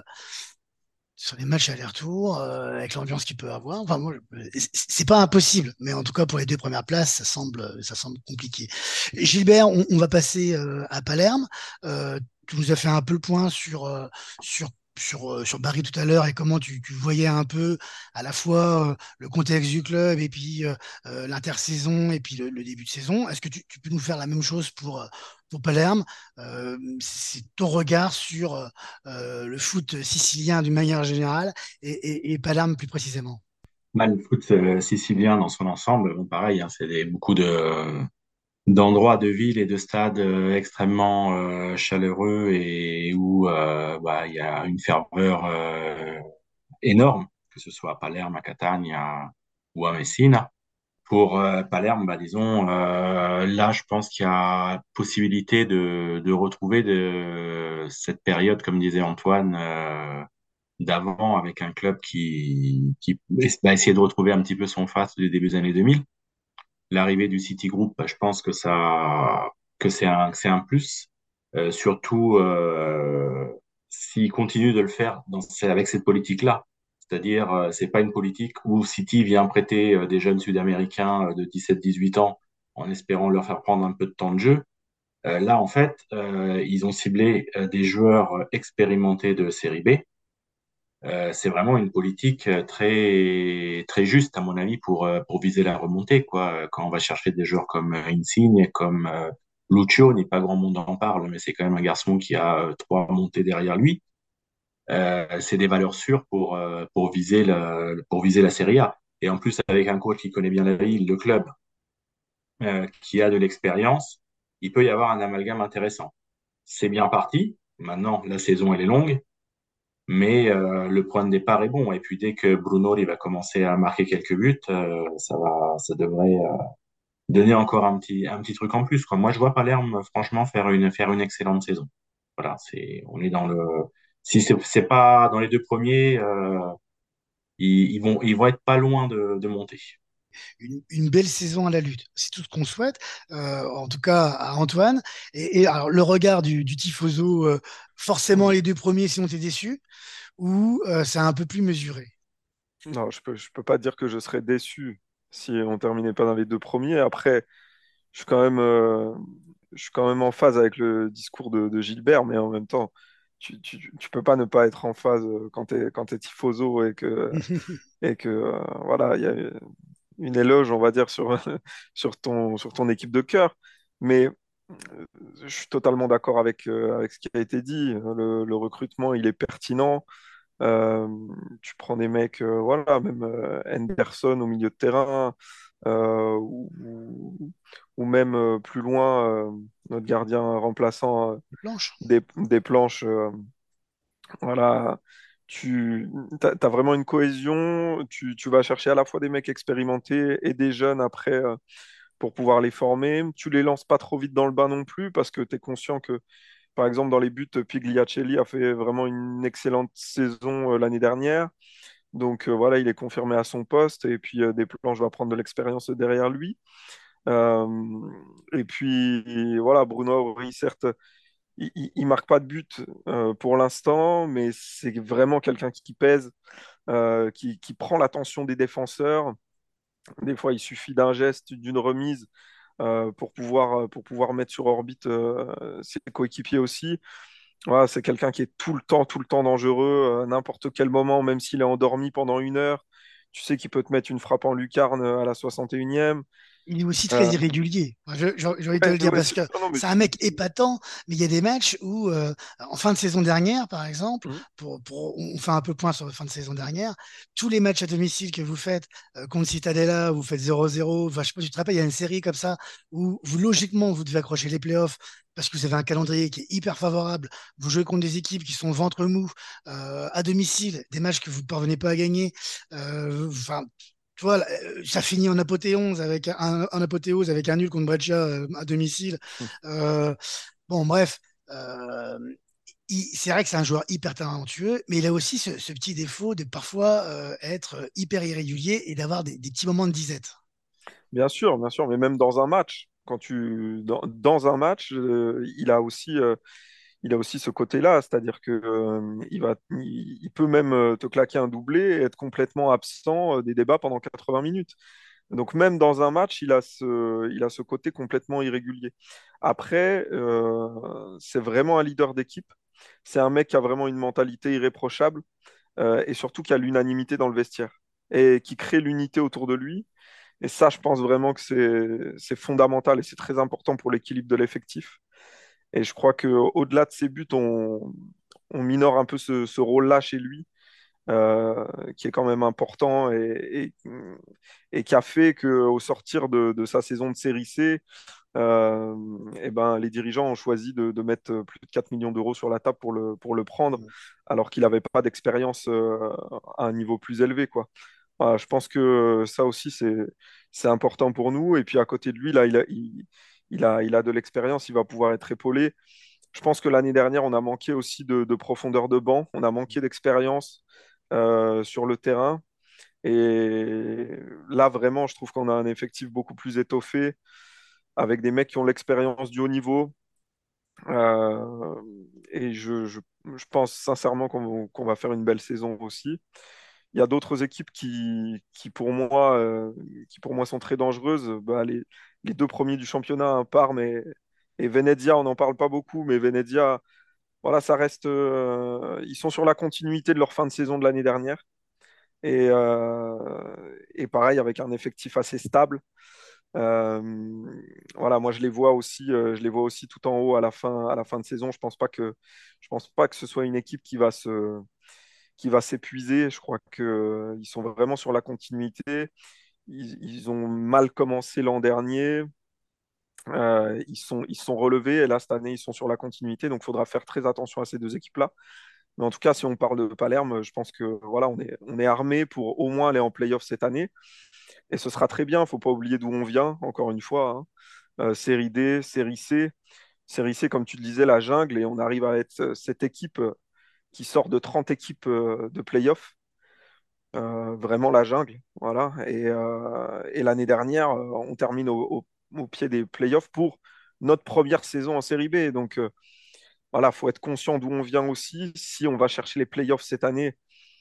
sur les matchs aller-retour, euh, avec l'ambiance qu'il peut avoir. Enfin, moi, je- c'est pas impossible, mais en tout cas pour les deux premières places, ça semble, ça semble compliqué. Gilbert, on, on va passer euh, à Palerme. Euh, tu nous as fait un peu le point sur euh, sur sur, euh, sur Barry tout à l'heure et comment tu, tu voyais un peu à la fois euh, le contexte du club et puis euh, euh, l'intersaison et puis le, le début de saison. Est-ce que tu, tu peux nous faire la même chose pour, euh, pour Palerme? Euh, c'est ton regard sur euh, euh, le foot sicilien d'une manière générale et, et, et Palerme plus précisément. Bah, le foot euh, sicilien dans son ensemble, bon, pareil, hein, c'est des- beaucoup de d'endroits, de villes et de stades euh, extrêmement euh, chaleureux et où euh, bah, il y a une ferveur euh, énorme, que ce soit à Palerme, à Catane à- ou à Messine. Pour euh, Palerme, bah, disons, euh, là, je pense qu'il y a possibilité de, de retrouver de, cette période, comme disait Antoine, euh, d'avant, avec un club qui, qui va essayer de retrouver un petit peu son face du début des années deux mille. L'arrivée du City Group, bah, je pense que ça, que c'est un, c'est un plus. Euh, surtout euh, s'il continue de le faire dans, c'est avec cette politique-là. C'est-à-dire, euh, c'est pas une politique où City vient prêter euh, des jeunes Sud-Américains euh, de dix-sept dix-huit ans en espérant leur faire prendre un peu de temps de jeu. Euh, là, en fait, euh, ils ont ciblé euh, des joueurs euh, expérimentés de série B. Euh, c'est vraiment une politique euh, très très juste à mon avis pour euh, pour viser la remontée quoi. Quand on va chercher des joueurs comme euh, Insigne, comme euh, Lucio, n'est pas grand monde en parle, mais c'est quand même un garçon qui a euh, trois montées derrière lui. Euh, c'est des valeurs sûres pour euh, pour viser la pour viser la Serie A. Et en plus avec un coach qui connaît bien la ville, le club, euh, qui a de l'expérience, il peut y avoir un amalgame intéressant. C'est bien parti. Maintenant, la saison elle est longue. Mais euh, le point de départ est bon. Et puis dès que Bruno il va commencer à marquer quelques buts, euh, ça va, ça devrait euh, donner encore un petit, un petit truc en plus, quoi. Moi, je vois Palerme franchement faire une, faire une excellente saison. Voilà, c'est, on est dans le. Si c'est c'est pas dans les deux premiers, euh, ils, ils vont, ils vont être pas loin de, de monter. Une, une belle saison à la lutte, c'est tout ce qu'on souhaite, euh, en tout cas à Antoine. Et, et alors le regard du, du tifoso, euh, forcément les deux premiers si on t'est déçu, ou euh, c'est un peu plus mesuré. Non, je peux, je peux pas dire que je serais déçu si on terminait pas dans les deux premiers. Après, je suis quand même, euh, je suis quand même en phase avec le discours de, de Gilbert, mais en même temps, tu, tu, tu peux pas ne pas être en phase euh, quand t'es, quand t'es tifoso et que, et que euh, voilà, il y a une éloge, on va dire, sur, sur ton, sur ton équipe de cœur. Mais euh, je suis totalement d'accord avec, euh, avec ce qui a été dit. Le, le recrutement, il est pertinent. Euh, Tu prends des mecs, euh, voilà, même euh, Henderson au milieu de terrain, euh, ou, ou- ou même euh, plus loin, euh, notre gardien remplaçant, euh, Planche. des, des planches. Euh, voilà, tu as, vraiment une cohésion. Tu, tu vas chercher à la fois des mecs expérimentés et des jeunes après, euh, pour pouvoir les former. Tu les lances pas trop vite dans le bain non plus parce que tu es conscient que, par exemple, dans les buts, Pigliacelli a fait vraiment une excellente saison euh, l'année dernière. Donc euh, voilà, il est confirmé à son poste et puis euh, Desplanches va prendre de l'expérience derrière lui. Euh, et puis voilà, Bruno, oui, certes, il, il, il marque pas de but euh, pour l'instant, mais c'est vraiment quelqu'un qui pèse, euh, qui, qui prend l'attention des défenseurs. Des fois, il suffit d'un geste, d'une remise euh, pour pouvoir, pour pouvoir mettre sur orbite euh, ses coéquipiers aussi. Voilà, c'est quelqu'un qui est tout le temps, tout le temps dangereux, à n'importe quel moment, même s'il est endormi pendant une heure. Tu sais qu'il peut te mettre une frappe en lucarne à la soixante et unième. Il est aussi très Euh, irrégulier. Enfin, je- J'ai j'ai envie de te le ouais, dire ouais, parce c'est que ça. Non, mais c'est un tu- mec épatant, mais il y a des matchs où, euh, en fin de saison dernière, par exemple, Mhm. pour, pour- on fait un peu point sur la fin de saison dernière, tous les matchs à domicile que vous faites euh, contre Cittadella, vous faites zéro zéro, enfin, je sais pas si tu te rappelles, il y a une série comme ça où vous, logiquement, vous devez accrocher les playoffs parce que vous avez un calendrier qui est hyper favorable. Vous jouez contre des équipes qui sont ventre mou euh, à domicile, des matchs que vous ne parvenez pas à gagner. Euh, Enfin, tu vois, là, euh, ça finit en apothéose avec un, en apothéose avec un nul contre Brescia euh, à domicile. Euh, bon, bref, euh, il- c'est vrai que c'est un joueur hyper talentueux, mais il a aussi ce, ce petit défaut de parfois euh, être hyper irrégulier et d'avoir des, des petits moments de disette. Bien sûr, bien sûr, mais même dans un match, quand tu dans, dans un match, euh, il a aussi euh, il a aussi ce côté-là, c'est-à-dire que euh, il va il, il peut même euh, te claquer un doublé et être complètement absent euh, des débats pendant quatre-vingts minutes. Donc même dans un match, il a ce il a ce côté complètement irrégulier. Après, euh, c'est vraiment un leader d'équipe. C'est un mec qui a vraiment une mentalité irréprochable euh, et surtout qui a l'unanimité dans le vestiaire et qui crée l'unité autour de lui. Et ça, je pense vraiment que c'est c'est fondamental et c'est très important pour l'équilibre de l'effectif. Et je crois qu'au-delà de ses buts, on, on minore un peu ce, ce rôle-là chez lui, euh, qui est quand même important et, et, et qui a fait qu'au sortir de, de sa saison de série C, euh, eh ben, les dirigeants ont choisi de, de mettre plus de quatre millions d'euros sur la table pour le, pour le prendre, alors qu'il n'avait pas d'expérience euh, à un niveau plus élevé, quoi. Voilà, je pense que ça aussi, c'est, c'est important pour nous. Et puis à côté de lui, là, il a, il, il a, il a de l'expérience, il va pouvoir être épaulé. Je pense que l'année dernière, on a manqué aussi de, de profondeur de banc, on a manqué d'expérience euh, sur le terrain. Et là, vraiment, je trouve qu'on a un effectif beaucoup plus étoffé, avec des mecs qui ont l'expérience du haut niveau. Euh, et je, je, je pense sincèrement qu'on qu'on va faire une belle saison aussi. Il y a d'autres équipes qui, qui, pour moi, euh, qui pour moi sont très dangereuses. Bah, les, les deux premiers du championnat, hein, Parme et, et Venezia, on n'en parle pas beaucoup, mais Venezia, voilà, ça reste. Euh, ils sont sur la continuité de leur fin de saison de l'année dernière. Et, euh, et pareil, avec un effectif assez stable. Euh, voilà, moi je les vois aussi, euh, je les vois aussi tout en haut à la fin, à la fin de saison. Je pense pas que, je pense pas que ce soit une équipe qui va se, qui va s'épuiser. Je crois que euh, ils sont vraiment sur la continuité. Ils, ils ont mal commencé l'an dernier. Euh, ils sont, ils sont relevés et là cette année ils sont sur la continuité. Donc il faudra faire très attention à ces deux équipes-là. Mais en tout cas, si on parle de Palerme, je pense que voilà, on est, on est armé pour au moins aller en playoff cette année. Et ce sera très bien. Il ne faut pas oublier d'où on vient, encore une fois, hein. Euh, série D, série C. Série C, comme tu le disais, la jungle. Et on arrive à être euh, cette équipe euh, qui sort de trente équipes euh, de playoff. Euh, vraiment la jungle. Voilà. Et, euh, et l'année dernière, euh, on termine au, au- au pied des playoffs pour notre première saison en série B. Donc euh, voilà, il faut être conscient d'où on vient aussi. Si on va chercher les playoffs cette année,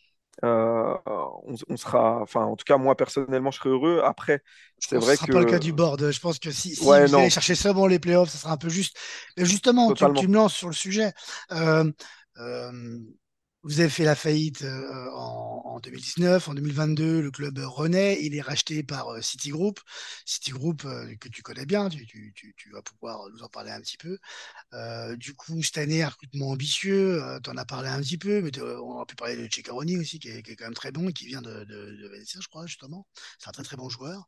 euh, on, on sera, enfin, en tout cas, moi personnellement, je serais heureux. Après, Je c'est pense que ce vrai sera pas le cas que, du board. Je pense que si, si ouais, vous allez non, chercher seulement les playoffs, ça sera un peu juste. Mais justement, tu, tu totalement. me lances sur le sujet. Euh, euh, Vous avez fait la faillite euh, en, en deux mille dix-neuf, en deux mille vingt-deux, le club renaît, il est racheté par euh, Citigroup. Citigroup euh, que tu connais bien, tu, tu- tu- tu vas pouvoir nous en parler un petit peu. Euh, du coup, cette année, un recrutement ambitieux, tu en as parlé un petit peu, mais t'as- on a pu parler de Ceccaroni aussi, qui est, qui est quand même très bon et qui vient de, de, de Venezia, je crois, justement. C'est un très très bon joueur.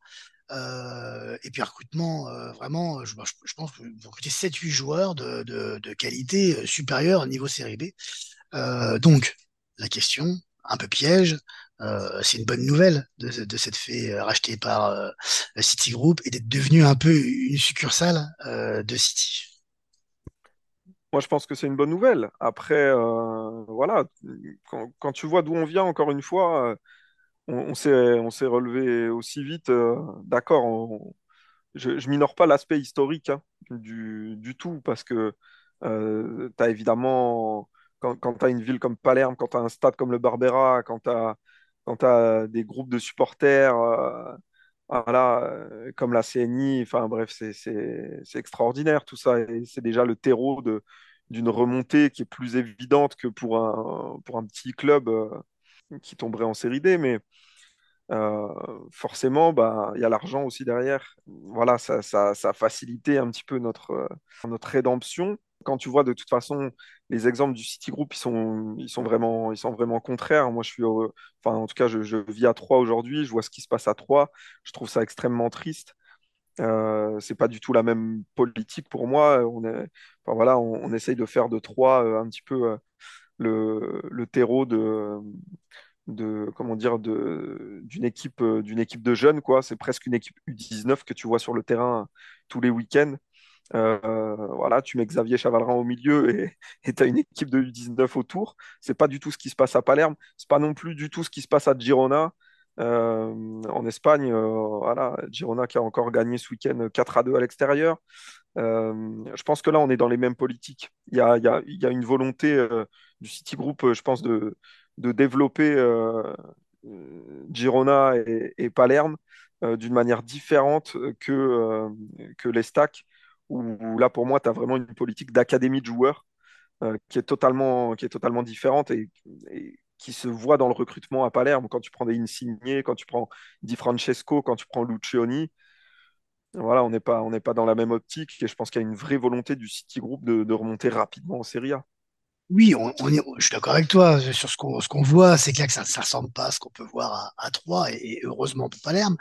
Euh, et puis recrutement, euh, vraiment, je, je- je pense que vous recrutez sept huit joueurs de, de- de qualité euh, supérieure au niveau série B. Euh, donc, la question, un peu piège, euh, c'est une bonne nouvelle de, de s'être fait euh, racheter par euh, Citigroup et d'être devenu un peu une succursale euh, de City. Moi, je pense que c'est une bonne nouvelle. Après, euh, voilà, quand, quand tu vois d'où on vient, encore une fois, euh, on, on s'est, on s'est relevé aussi vite. Euh, d'accord, on- je, je minore pas l'aspect historique hein, du, du tout, parce que euh, tu as évidemment, quand, quand tu as une ville comme Palerme, quand tu as un stade comme le Barbera, quand tu as, quand tu des groupes de supporters. euh, voilà, euh, comme la C N I, enfin bref, c'est c'est- c'est extraordinaire tout ça. Et c'est déjà le terreau de, d'une remontée qui est plus évidente que pour un, pour un petit club euh, qui tomberait en série D. Mais euh, forcément, bah, il y a l'argent aussi derrière. Voilà, ça, ça, ça a facilité un petit peu notre, euh, notre rédemption. Quand tu vois de toute façon les exemples du Citigroup, ils sont, ils sont vraiment, ils sont vraiment contraires. Moi, je suis, heureux- enfin, en tout cas, je, je vis à Troyes aujourd'hui. Je vois ce qui se passe à Troyes. Je trouve ça extrêmement triste. Euh, c'est pas du tout la même politique pour moi. On est, enfin, voilà, on, on essaye de faire de Troyes euh, un petit peu euh, le, le terreau de, de comment dire de d'une équipe euh, d'une équipe de jeunes quoi. C'est presque une équipe U dix-neuf que tu vois sur le terrain tous les week-ends. Euh, voilà, tu mets Xavier Chavalrin au milieu et tu as une équipe de U dix-neuf autour. C'est pas du tout ce qui se passe à Palerme. C'est pas non plus du tout ce qui se passe à Girona. Euh, en Espagne, euh, voilà, Girona qui a encore gagné ce week-end quatre à deux à l'extérieur. Euh, je pense que là, on est dans les mêmes politiques. Il y a, il y a, il y a une volonté euh, du Citigroup, euh, je pense, de, de développer euh, euh, Girona et, et Palerme euh, d'une manière différente que, euh, que les stacks, où, où là, pour moi, tu as vraiment une politique d'académie de joueurs euh, qui est totalement, qui est totalement différente et, et qui se voit dans le recrutement à Palerme. Quand tu prends des Insigne, quand tu prends Di Francesco, quand tu prends Lucioni, voilà, on n'est pas, on n'est pas dans la même optique et je pense qu'il y a une vraie volonté du City Group de, de remonter rapidement en Serie A. Oui, on, on est- je suis d'accord avec toi sur ce qu'on ce qu'on voit. C'est clair que ça ne ressemble pas à ce qu'on peut voir à, à Troyes et, et heureusement pour Palerme.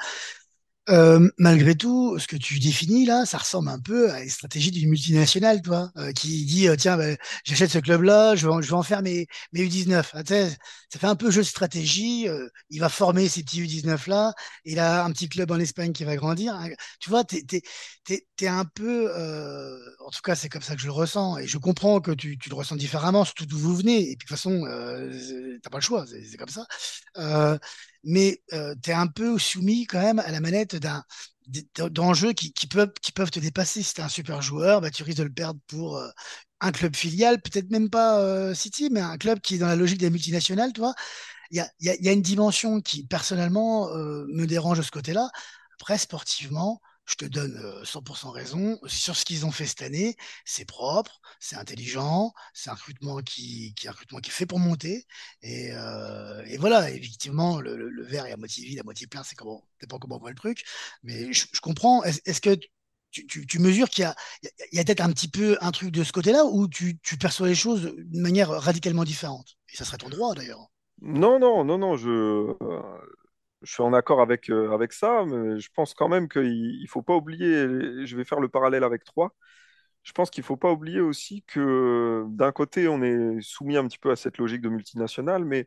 Euh, malgré tout, ce que tu définis là, ça ressemble un peu à une stratégie d'une multinationale, toi, euh, qui dit euh, tiens, ben, j'achète ce club-là, je vais, en, je vais en faire mes, mes U dix-neuf. Ah, tu sais, ça fait un peu jeu de stratégie. Euh, il va former ces petits U dix-neuf là. Il a un petit club en Espagne qui va grandir. Hein. Tu vois, t'es, t'es, t'es, t'es un peu, euh, en tout cas, c'est comme ça que je le ressens. Et je comprends que tu, tu le ressens différemment, surtout d'où vous venez. Et puis de toute façon, euh, t'as pas le choix, c'est c'est comme ça. Euh, mais euh, tu es un peu soumis quand même à la manette d'un d'enjeux qui, qui peuvent, qui peuvent te dépasser. Si tu es un super joueur, bah, tu risques de le perdre pour euh, un club filial, peut-être même pas euh, City, mais un club qui est dans la logique des multinationales, tu vois. Il y a, il y a, il y a une dimension qui, personnellement, euh, me dérange de ce côté-là. Après, sportivement, je te donne euh, cent pour cent raison. Sur ce qu'ils ont fait cette année, c'est propre, c'est intelligent, c'est un recrutement qui, qui, est un recrutement qui est fait pour monter. Et, euh, et voilà, effectivement, le, le, le verre est à moitié vide, à moitié plein, c'est comment, dépend comment on voit le truc. Mais je, je comprends. Est-ce est-ce que tu, tu, tu mesures qu'il y a, il y a, il y a peut-être un petit peu un truc de ce côté-là ou tu, tu perçois les choses d'une manière radicalement différente? Et ça serait ton droit, d'ailleurs. Non, non, non, non, je, euh, je suis en accord avec, euh, avec ça, mais je pense quand même qu'il ne faut pas oublier, et je vais faire le parallèle avec Troyes, je pense qu'il ne faut pas oublier aussi que d'un côté, on est soumis un petit peu à cette logique de multinationale, mais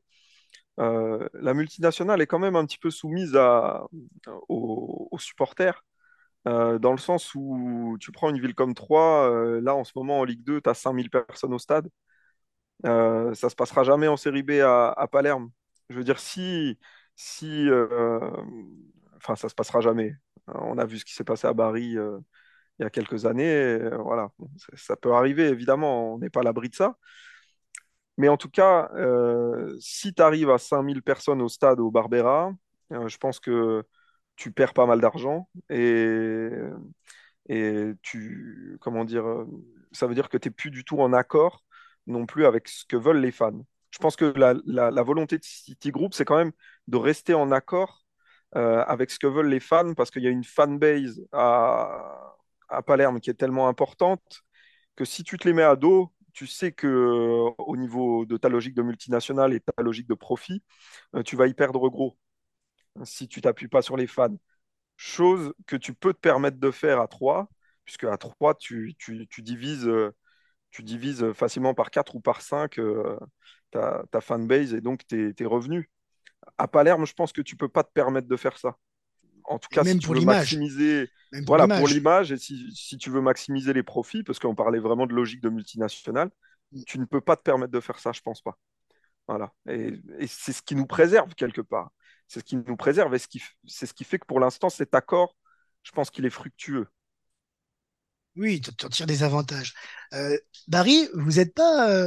euh, la multinationale est quand même un petit peu soumise à, aux, aux supporters. Euh, dans le sens où tu prends une ville comme Troyes, euh, là en ce moment en Ligue deux, tu as cinq mille personnes au stade. Euh, ça se passera jamais en série B à, à Palerme. Je veux dire, si, si euh, enfin, ça se passera jamais. On a vu ce qui s'est passé à Bari euh, il y a quelques années. Euh, voilà, Bon, ça, ça peut arriver, évidemment, on n'est pas à l'abri de ça. Mais en tout cas, euh, si tu arrives à cinq mille personnes au stade au Barbera, euh, je pense que tu perds pas mal d'argent et, et tu, comment dire, euh, ça veut dire que tu n'es plus du tout en accord non plus avec ce que veulent les fans. Je pense que la, la- la volonté de Citigroup, c'est quand même de rester en accord euh, avec ce que veulent les fans parce qu'il y a une fanbase à, à Palerme qui est tellement importante que si tu te les mets à dos, tu sais que euh, au niveau de ta logique de multinationale et ta logique de profit, euh, tu vas y perdre gros si tu t'appuies pas sur les fans. Chose que tu peux te permettre de faire à trois, puisque à trois, tu, tu, tu divises, euh, tu divises facilement par quatre ou par cinq euh, ta, ta fanbase et donc tes, tes revenus. À Palerme, je pense que tu peux pas te permettre de faire ça. En tout Et cas, si même tu pour veux l'image. maximiser, Même pour voilà, pour l'image. l'image et si, si tu veux maximiser les profits, parce qu'on parlait vraiment de logique de multinationale, tu ne peux pas te permettre de faire ça, je pense pas. Voilà. Et, et c'est ce qui nous préserve quelque part. C'est ce qui nous préserve et ce qui, c'est ce qui fait que pour l'instant, cet accord, je pense qu'il est fructueux. Oui, tu en tires des avantages. Euh, Barry, vous n'êtes pas, euh,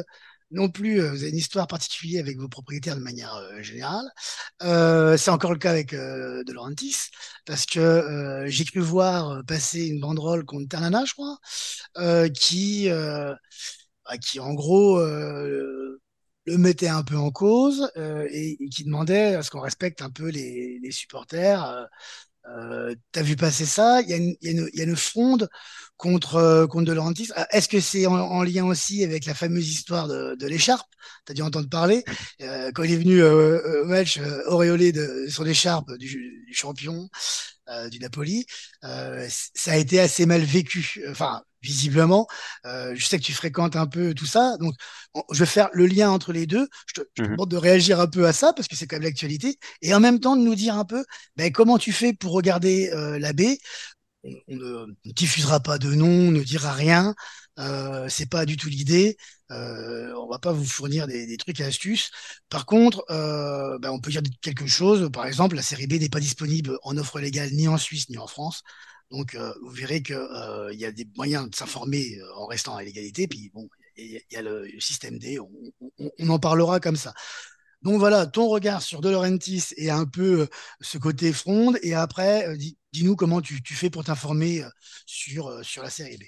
non plus, euh, vous avez une histoire particulière avec vos propriétaires de manière euh, générale. Euh, c'est encore le cas avec euh, De Laurentiis, parce que euh, j'ai cru voir euh, passer une banderole contre Tanana, je crois, euh, qui, euh, bah, qui en gros euh, le mettait un peu en cause euh, et, et qui demandait à ce qu'on respecte un peu les, les supporters. Euh, euh, t'as vu passer ça? Il y a une, il y a une, il y a une fronde contre, euh, contre De Laurentiis. Ah, est-ce que c'est en, en lien aussi avec la fameuse histoire de, de l'écharpe? T'as dû entendre parler. Euh, quand il est venu euh, euh, au match euh, auréolé de son écharpe du, du champion euh, du Napoli, euh, ça a été assez mal vécu. Enfin, visiblement, euh, je sais que tu fréquentes un peu tout ça, donc on- je vais faire le lien entre les deux. Je te, je te Mhm. demande de réagir un peu à ça parce que c'est quand même l'actualité, et en même temps de nous dire un peu ben, comment tu fais pour regarder euh, la baie. On, on ne diffusera pas de nom, on ne dira rien. Euh, c'est pas du tout l'idée. Euh, on va pas vous fournir des, des trucs et astuces. Par contre, euh, ben, on peut dire quelque chose. Par exemple, la série B n'est pas disponible en offre légale ni en Suisse ni en France. Donc, euh, vous verrez que euh, il y a des moyens de s'informer euh, en restant à l'égalité. Puis bon, il y, a il y a le système D. On, on- on en parlera comme ça. Donc voilà, ton regard sur De Laurentiis et un peu euh, ce côté fronde. Et après, euh, dis, dis-nous comment tu, tu fais pour t'informer euh, sur, euh, sur la série B.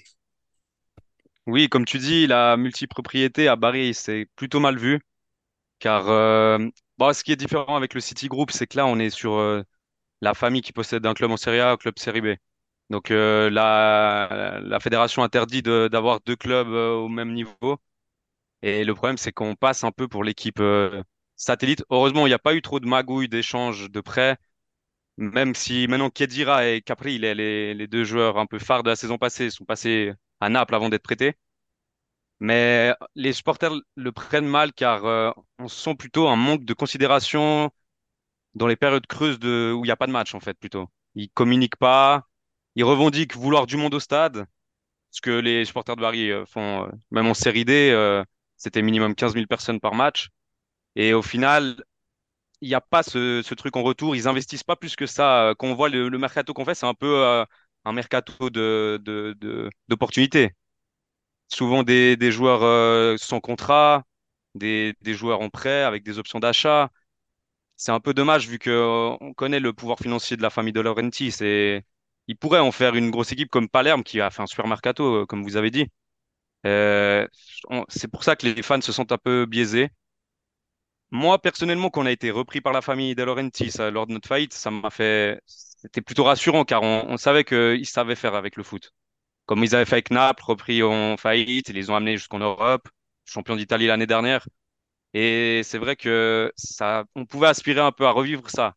Oui, comme tu dis, la multipropriété à Paris, c'est plutôt mal vu, car euh, bon, ce qui est différent avec le City Group, c'est que là, on est sur euh, la famille qui possède un club en Serie A, un club Série B. Donc euh, la, la fédération interdit de- d'avoir deux clubs euh, au même niveau. Et le problème, c'est qu'on passe un peu pour l'équipe euh, satellite. Heureusement, il n'y a pas eu trop de magouilles, d'échanges, de prêts. Même si maintenant Khedira et Capri, les, les, les deux joueurs un peu phares de la saison passée, sont passés à Naples avant d'être prêtés. Mais les supporters le prennent mal car euh, on sent plutôt un manque de considération dans les périodes creuses de, où il n'y a pas de match, en fait, plutôt. Ils communiquent pas, ils revendiquent vouloir du monde au stade, ce que les supporters de Paris euh, font, euh, même en série D, euh, c'était minimum quinze mille personnes par match. Et au final, il n'y a pas ce, ce truc en retour. Ils investissent pas plus que ça. Euh, Quand on voit le, le mercato qu'on fait, c'est un peu euh, un mercato de, de, de- d'opportunités. Souvent des, des joueurs euh, sans contrat, des, des joueurs en prêt avec des options d'achat. C'est un peu dommage vu que euh, on connaît le pouvoir financier de la famille De Laurentiis. C'est, ils pourraient en faire une grosse équipe comme Palerme qui a fait un super mercato, euh, comme vous avez dit. Euh, on- c'est pour ça que les fans se sentent un peu biaisés. Moi, personnellement, quand on a été repris par la famille De Laurentiis euh, lors de notre faillite, ça m'a fait, c'était plutôt rassurant car on, on savait qu'ils savaient faire avec le foot. Comme ils avaient fait avec Naples, repris en faillite, ils les ont amenés jusqu'en Europe, champion d'Italie l'année dernière. Et c'est vrai que ça, on pouvait aspirer un peu à revivre ça.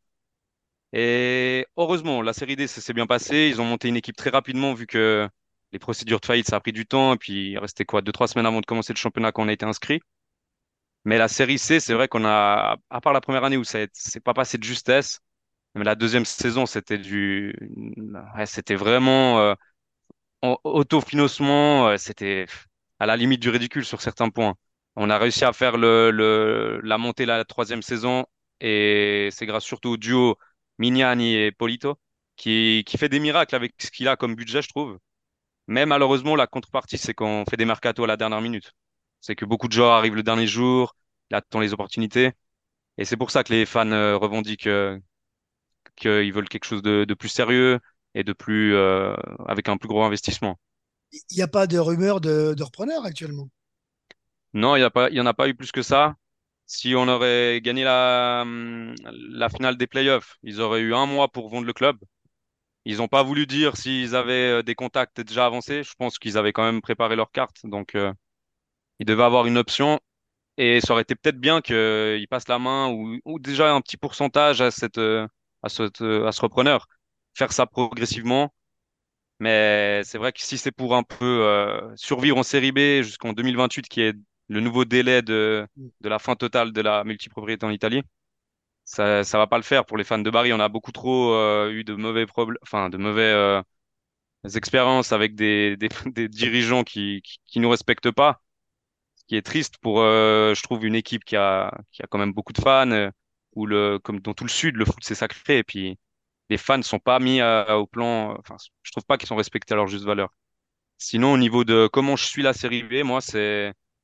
Et heureusement, la série D, ça s'est bien passé. Ils ont monté une équipe très rapidement vu que les procédures de faillite, ça a pris du temps. Et puis, il restait quoi, deux, trois semaines avant de commencer le championnat quand on a été inscrit. Mais la série C, c'est vrai qu'on a, à part la première année où ça c'est pas passé de justesse, mais la deuxième saison, c'était du, ouais, c'était vraiment euh, en- autofinancement, euh, c'était à la limite du ridicule sur certains points. On a réussi à faire le, le, la montée la troisième saison et c'est grâce surtout au duo Mignani et Polito qui, qui fait des miracles avec ce qu'il a comme budget, je trouve. Mais malheureusement, la contrepartie, c'est qu'on fait des mercatos à la dernière minute. C'est que beaucoup de joueurs arrivent le dernier jour, il attend les opportunités. Et c'est pour ça que les fans euh, revendiquent euh, qu'ils veulent quelque chose de, de plus sérieux et de plus euh, avec un plus gros investissement. Il n'y a pas de rumeur de, de repreneur actuellement. Non, il y a pas, il y en a pas eu plus que ça. Si on aurait gagné la, hum, la finale des playoffs, ils auraient eu un mois pour vendre le club. Ils n'ont pas voulu dire s'ils avaient euh, des contacts déjà avancés. Je pense qu'ils avaient quand même préparé leurs cartes. Donc, euh, ils devaient avoir une option. Et ça aurait été peut-être bien qu'ils passent la main ou, ou déjà un petit pourcentage à cette, euh, à ce, à ce repreneur. Faire ça progressivement. Mais c'est vrai que si c'est pour un peu euh, survivre en série B jusqu'en deux mille vingt-huit, qui est le nouveau délai de, de la fin totale de la multipropriété en Italie, ça, ça va pas le faire pour les fans de Bari. On a beaucoup trop euh, eu de mauvais problèmes, enfin de mauvais euh, expériences avec des, des, des dirigeants qui, qui, qui nous respectent pas, ce qui est triste pour, euh, je trouve, une équipe qui a, qui a quand même beaucoup de fans, euh, où le, comme dans tout le sud, le foot c'est sacré, et puis les fans ne sont pas mis à- au plan, enfin, je trouve pas qu'ils sont respectés à leur juste valeur. Sinon, au niveau de comment je suis la série B, moi, c'est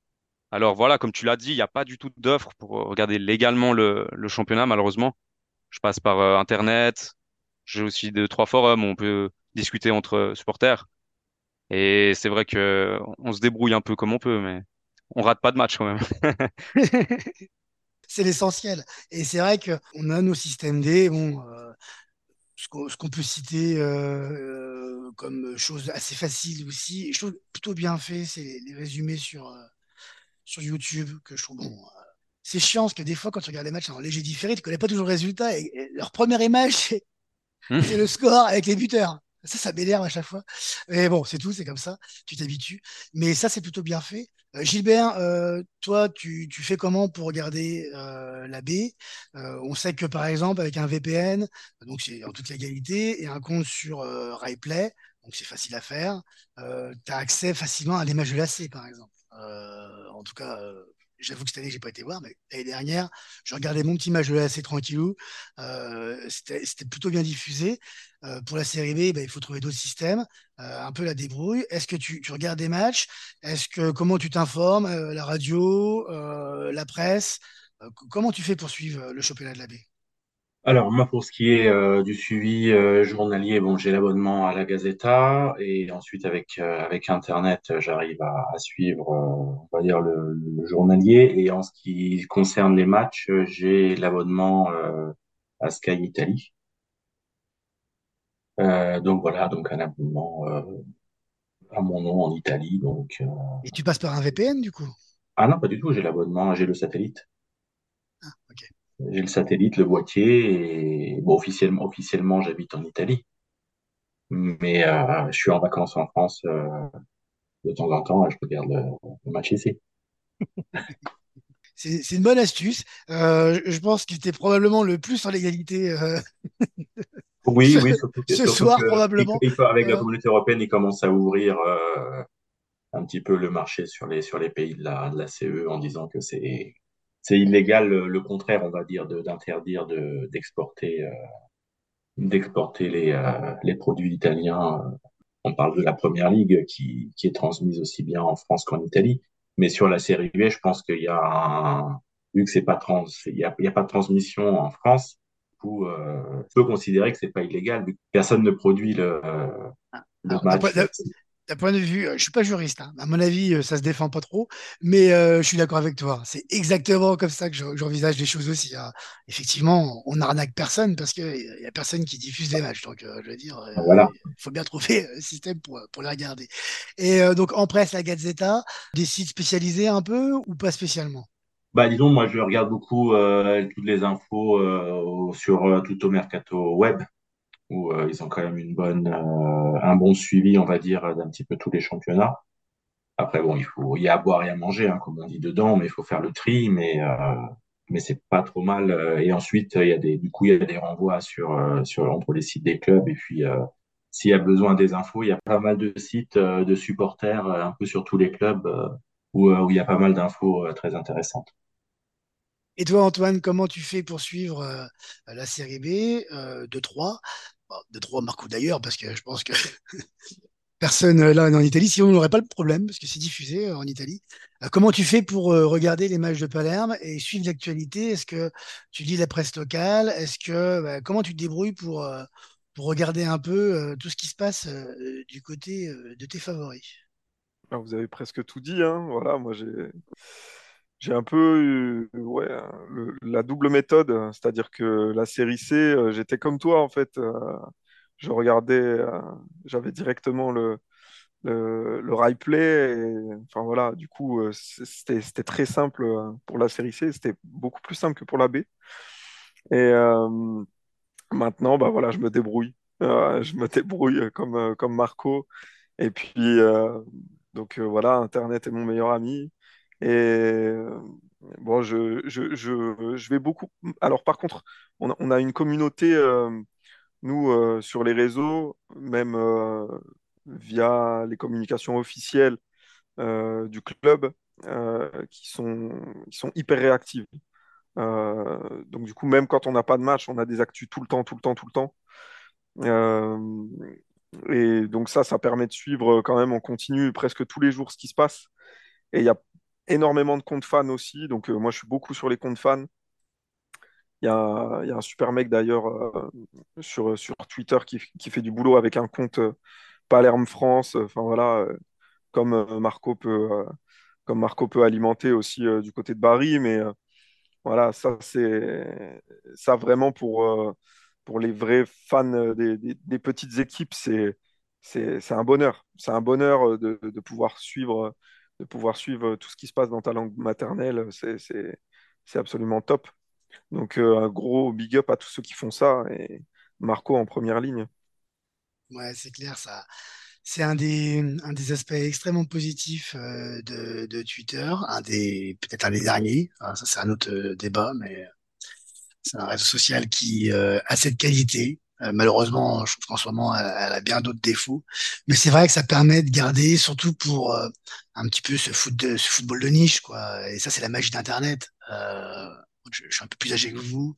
Alors voilà, comme tu l'as dit, il n'y a pas du tout d'offre pour regarder légalement le, le championnat, malheureusement. Je passe par euh, Internet. J'ai aussi deux, trois forums où on peut discuter entre supporters. Et c'est vrai que on se débrouille un peu comme on peut, mais on rate pas de match quand même. C'est l'essentiel. Et c'est vrai qu'on a nos systèmes D. Bon, euh, ce qu'on ce qu'on peut citer euh, euh, comme chose assez facile aussi, et je trouve plutôt bien fait, c'est les, les résumés sur, euh, sur YouTube que je trouve bon. euh, c'est chiant parce que des fois, quand tu regardes les matchs en léger différé, tu connais pas toujours le résultat. Et, et leur première image, c'est c'est le score avec les buteurs. Ça, ça m'énerve à chaque fois. Mais bon, c'est tout, c'est comme ça. Tu t'habitues. Mais ça, c'est plutôt bien fait. Euh, Gilbert, euh, toi, tu, tu fais comment pour regarder euh, la B? Euh, on sait que par exemple, avec un V P N, donc c'est en toute légalité, et un compte sur euh, RaiPlay, donc c'est facile à faire, euh, tu as accès facilement à l'image de l'A C, par exemple. Euh, en tout cas, euh, j'avoue que cette année, j'ai pas été voir, mais l'année dernière, je regardais mon petit match de l'A C tranquillou. Euh, c'était c'était plutôt bien diffusé. Euh, pour la série B, ben, il faut trouver d'autres systèmes, euh, un peu la débrouille. Est-ce que tu, tu regardes des matchs? Est-ce que comment tu t'informes? Euh, la radio, euh, la presse? Euh, c- comment tu fais pour suivre euh, le championnat de la B? Alors, moi, pour ce qui est euh, du suivi euh, journalier, bon, j'ai l'abonnement à la Gazeta et ensuite, avec, euh, avec Internet, euh, j'arrive à, à suivre, euh, on va dire, le, le journalier. Et en ce qui concerne les matchs, euh, j'ai l'abonnement euh, à Sky Italie. Euh, donc voilà, donc un abonnement euh, à mon nom en Italie. Donc, euh, Et tu passes par un V P N du coup? ah non, pas du tout, j'ai l'abonnement, j'ai le satellite. Ah, ok. J'ai le satellite, le boîtier, et bon, officiellement, officiellement, j'habite en Italie. Mais euh, je suis en vacances en France euh, de temps en temps et je regarde le, le match ici. C'est c'est une bonne astuce. Euh, je je pense qu'il était probablement le plus en légalité euh, Oui, ce, oui, surtout que, ce surtout soir, que il, probablement. il- avec la Euh, communauté européenne, il commence à ouvrir euh, un petit peu le marché sur les, sur les pays de la, de la C E en disant que c'est, c'est illégal, le, le contraire, on va dire, de, d'interdire de, d'exporter, euh, d'exporter les, euh, les produits italiens. On parle de la première ligue qui, qui est transmise aussi bien en France qu'en Italie. Mais sur la série B, je pense qu'il y a un, vu que c'est pas trans, il y a, il y a pas de transmission en France, du coup, euh, on peut considérer que c'est pas illégal vu que personne ne produit le, le alors, d'un point, match. D'un point de vue, euh, je suis pas juriste, hein. À mon avis, euh, ça se défend pas trop, mais euh, je suis d'accord avec toi. C'est exactement comme ça que je- j'envisage les choses aussi, hein. Effectivement, on n'arnaque personne parce qu'il y a personne qui diffuse des matchs. Donc, euh, je veux dire, euh, Voilà. il faut bien trouver un système pour, pour les regarder. Et euh, donc, en presse, la Gazzetta, des sites spécialisés un peu ou pas spécialement? Bah, disons, moi, je regarde beaucoup euh, toutes les infos euh, sur euh, Tutto Mercato Web, où euh, ils ont quand même une bonne, euh, un bon suivi, on va dire, d'un petit peu tous les championnats. Après, bon, il faut, il y a à boire et à manger, hein, comme on dit dedans, mais il faut faire le tri, mais, euh, mais c'est pas trop mal. euh, Et ensuite, il y a des, du coup, il y a des renvois sur, euh, sur, entre les sites des clubs. Et puis, euh, s'il y a besoin des infos, il y a pas mal de sites euh, de supporters, euh, un peu sur tous les clubs, euh, où, euh, où il y a pas mal d'infos euh, très intéressantes. Et toi, Antoine, comment tu fais pour suivre euh, la série B euh, de trois? Bon, de trois Marco d'ailleurs, parce que je pense que personne euh, là en Italie, sinon on n'aurait pas le problème, parce que c'est diffusé euh, en Italie. Euh, comment tu fais pour euh, regarder les matchs de Palerme et suivre l'actualité? Est-ce que tu lis la presse locale? Est-ce que bah, comment tu te débrouilles pour, euh, pour regarder un peu euh, tout ce qui se passe euh, du côté euh, de tes favoris? Ah, vous avez presque tout dit, hein. Voilà, moi j'ai j'ai un peu euh, ouais, le- la double méthode, c'est-à-dire que la série C, euh, j'étais comme toi en fait. Euh, je regardais, euh, j'avais directement le, le, le replay. Et, enfin voilà, du coup, euh, c- c'était c'était très simple euh, pour la série C, c'était beaucoup plus simple que pour la B. Et euh, maintenant, bah voilà, je me débrouille. Euh, je me débrouille comme, euh, comme Marco. Et puis, euh, donc euh, voilà, Internet est mon meilleur ami. Et euh, bon, je, je, je, je vais beaucoup. Alors, par contre, on a, on a une communauté, euh, nous, euh, sur les réseaux, même euh, via les communications officielles euh, du club, euh, qui sont, qui sont hyper réactives. Euh, donc, du coup, même quand on n'a pas de match, on a des actus tout le temps, tout le temps, tout le temps. Euh, et donc ça, ça permet de suivre quand même en continu presque tous les jours ce qui se passe. Et il y a énormément de comptes fans aussi. Donc, euh, moi, je suis beaucoup sur les comptes fans. Il y a, un- il y a un super mec d'ailleurs euh, sur, sur Twitter qui, qui fait du boulot avec un compte euh, Palerme France. Enfin voilà, euh, comme euh, Marco peut, euh, comme Marco peut alimenter aussi euh, du côté de Bari. Mais euh, voilà, ça c'est ça vraiment pour, euh, pour les vrais fans euh, des, des- des petites équipes, c'est c'est c'est un bonheur. C'est un bonheur euh, de, de pouvoir suivre de pouvoir suivre tout ce qui se passe dans ta langue maternelle. C'est c'est c'est absolument top. Donc, euh, un gros big up à tous ceux qui font ça et Marco en première ligne. Ouais, c'est clair, ça. C'est un des, un des aspects extrêmement positifs euh, de, de Twitter, un des, peut-être un des derniers. Enfin, ça, c'est un autre euh, débat, mais c'est un réseau social qui euh, a cette qualité. Euh, malheureusement, je trouve qu'en ce moment, elle, elle a bien d'autres défauts. Mais c'est vrai que ça permet de garder, surtout pour euh, un petit peu ce foot de, ce football de niche, quoi. Et ça, c'est la magie d'Internet. Euh, je, je suis un peu plus âgé que vous.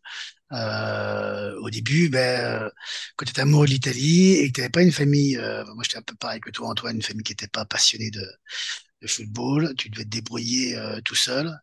Euh, au début, ben, euh, quand tu étais amoureux de l'Italie et que tu n'avais pas une famille, euh, moi j'étais un peu pareil que toi, Antoine, une famille qui n'était pas passionnée de, de football, tu devais te débrouiller euh, tout seul.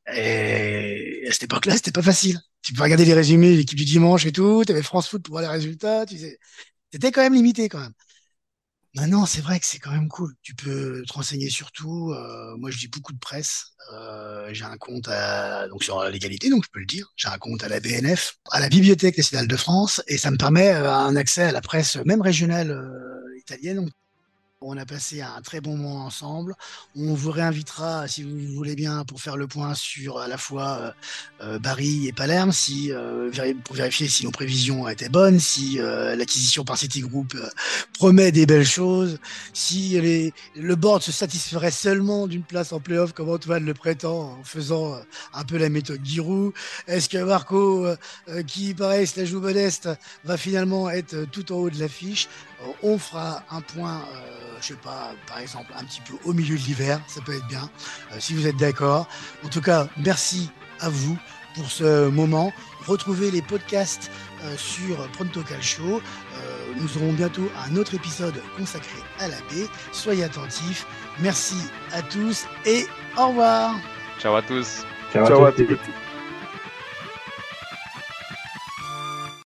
Et à cette époque-là, c'était pas facile. Tu peux regarder les résumés, l'équipe du dimanche et tout, tu avais France Foot pour voir les résultats, tu sais, c'était quand même limité quand même. Maintenant, c'est vrai que c'est quand même cool. Tu peux te renseigner sur tout. Euh, moi, je lis beaucoup de presse. Euh, j'ai un compte à, donc sur l'égalité, donc je peux le dire. J'ai un compte à la B N F, à la Bibliothèque nationale de France, et ça me permet euh, un accès à la presse, même régionale euh, italienne. On a passé un très bon moment ensemble. On vous réinvitera, si vous voulez bien, pour faire le point sur à la fois euh, euh, Bari et Palerme, si, euh, véri- pour vérifier si nos prévisions étaient bonnes, si euh, l'acquisition par Citigroup euh, promet des belles choses, si les, le board se satisferait seulement d'une place en playoff comme Antoine le prétend en faisant euh, un peu la méthode Giroud. Est-ce que Marco, euh, euh, qui pareil se la joue modeste, va finalement être euh, tout en haut de l'affiche? Euh, on fera un point, euh, je sais pas, par exemple, un petit peu au milieu de l'hiver, ça peut être bien, euh, si vous êtes d'accord. En tout cas, merci à vous pour ce moment. Retrouvez les podcasts euh, sur Pronto Calcio. Euh, nous aurons bientôt un autre épisode consacré à la baie. Soyez attentifs. Merci à tous et au revoir. Ciao à tous. Ciao à Ciao à tous. tous.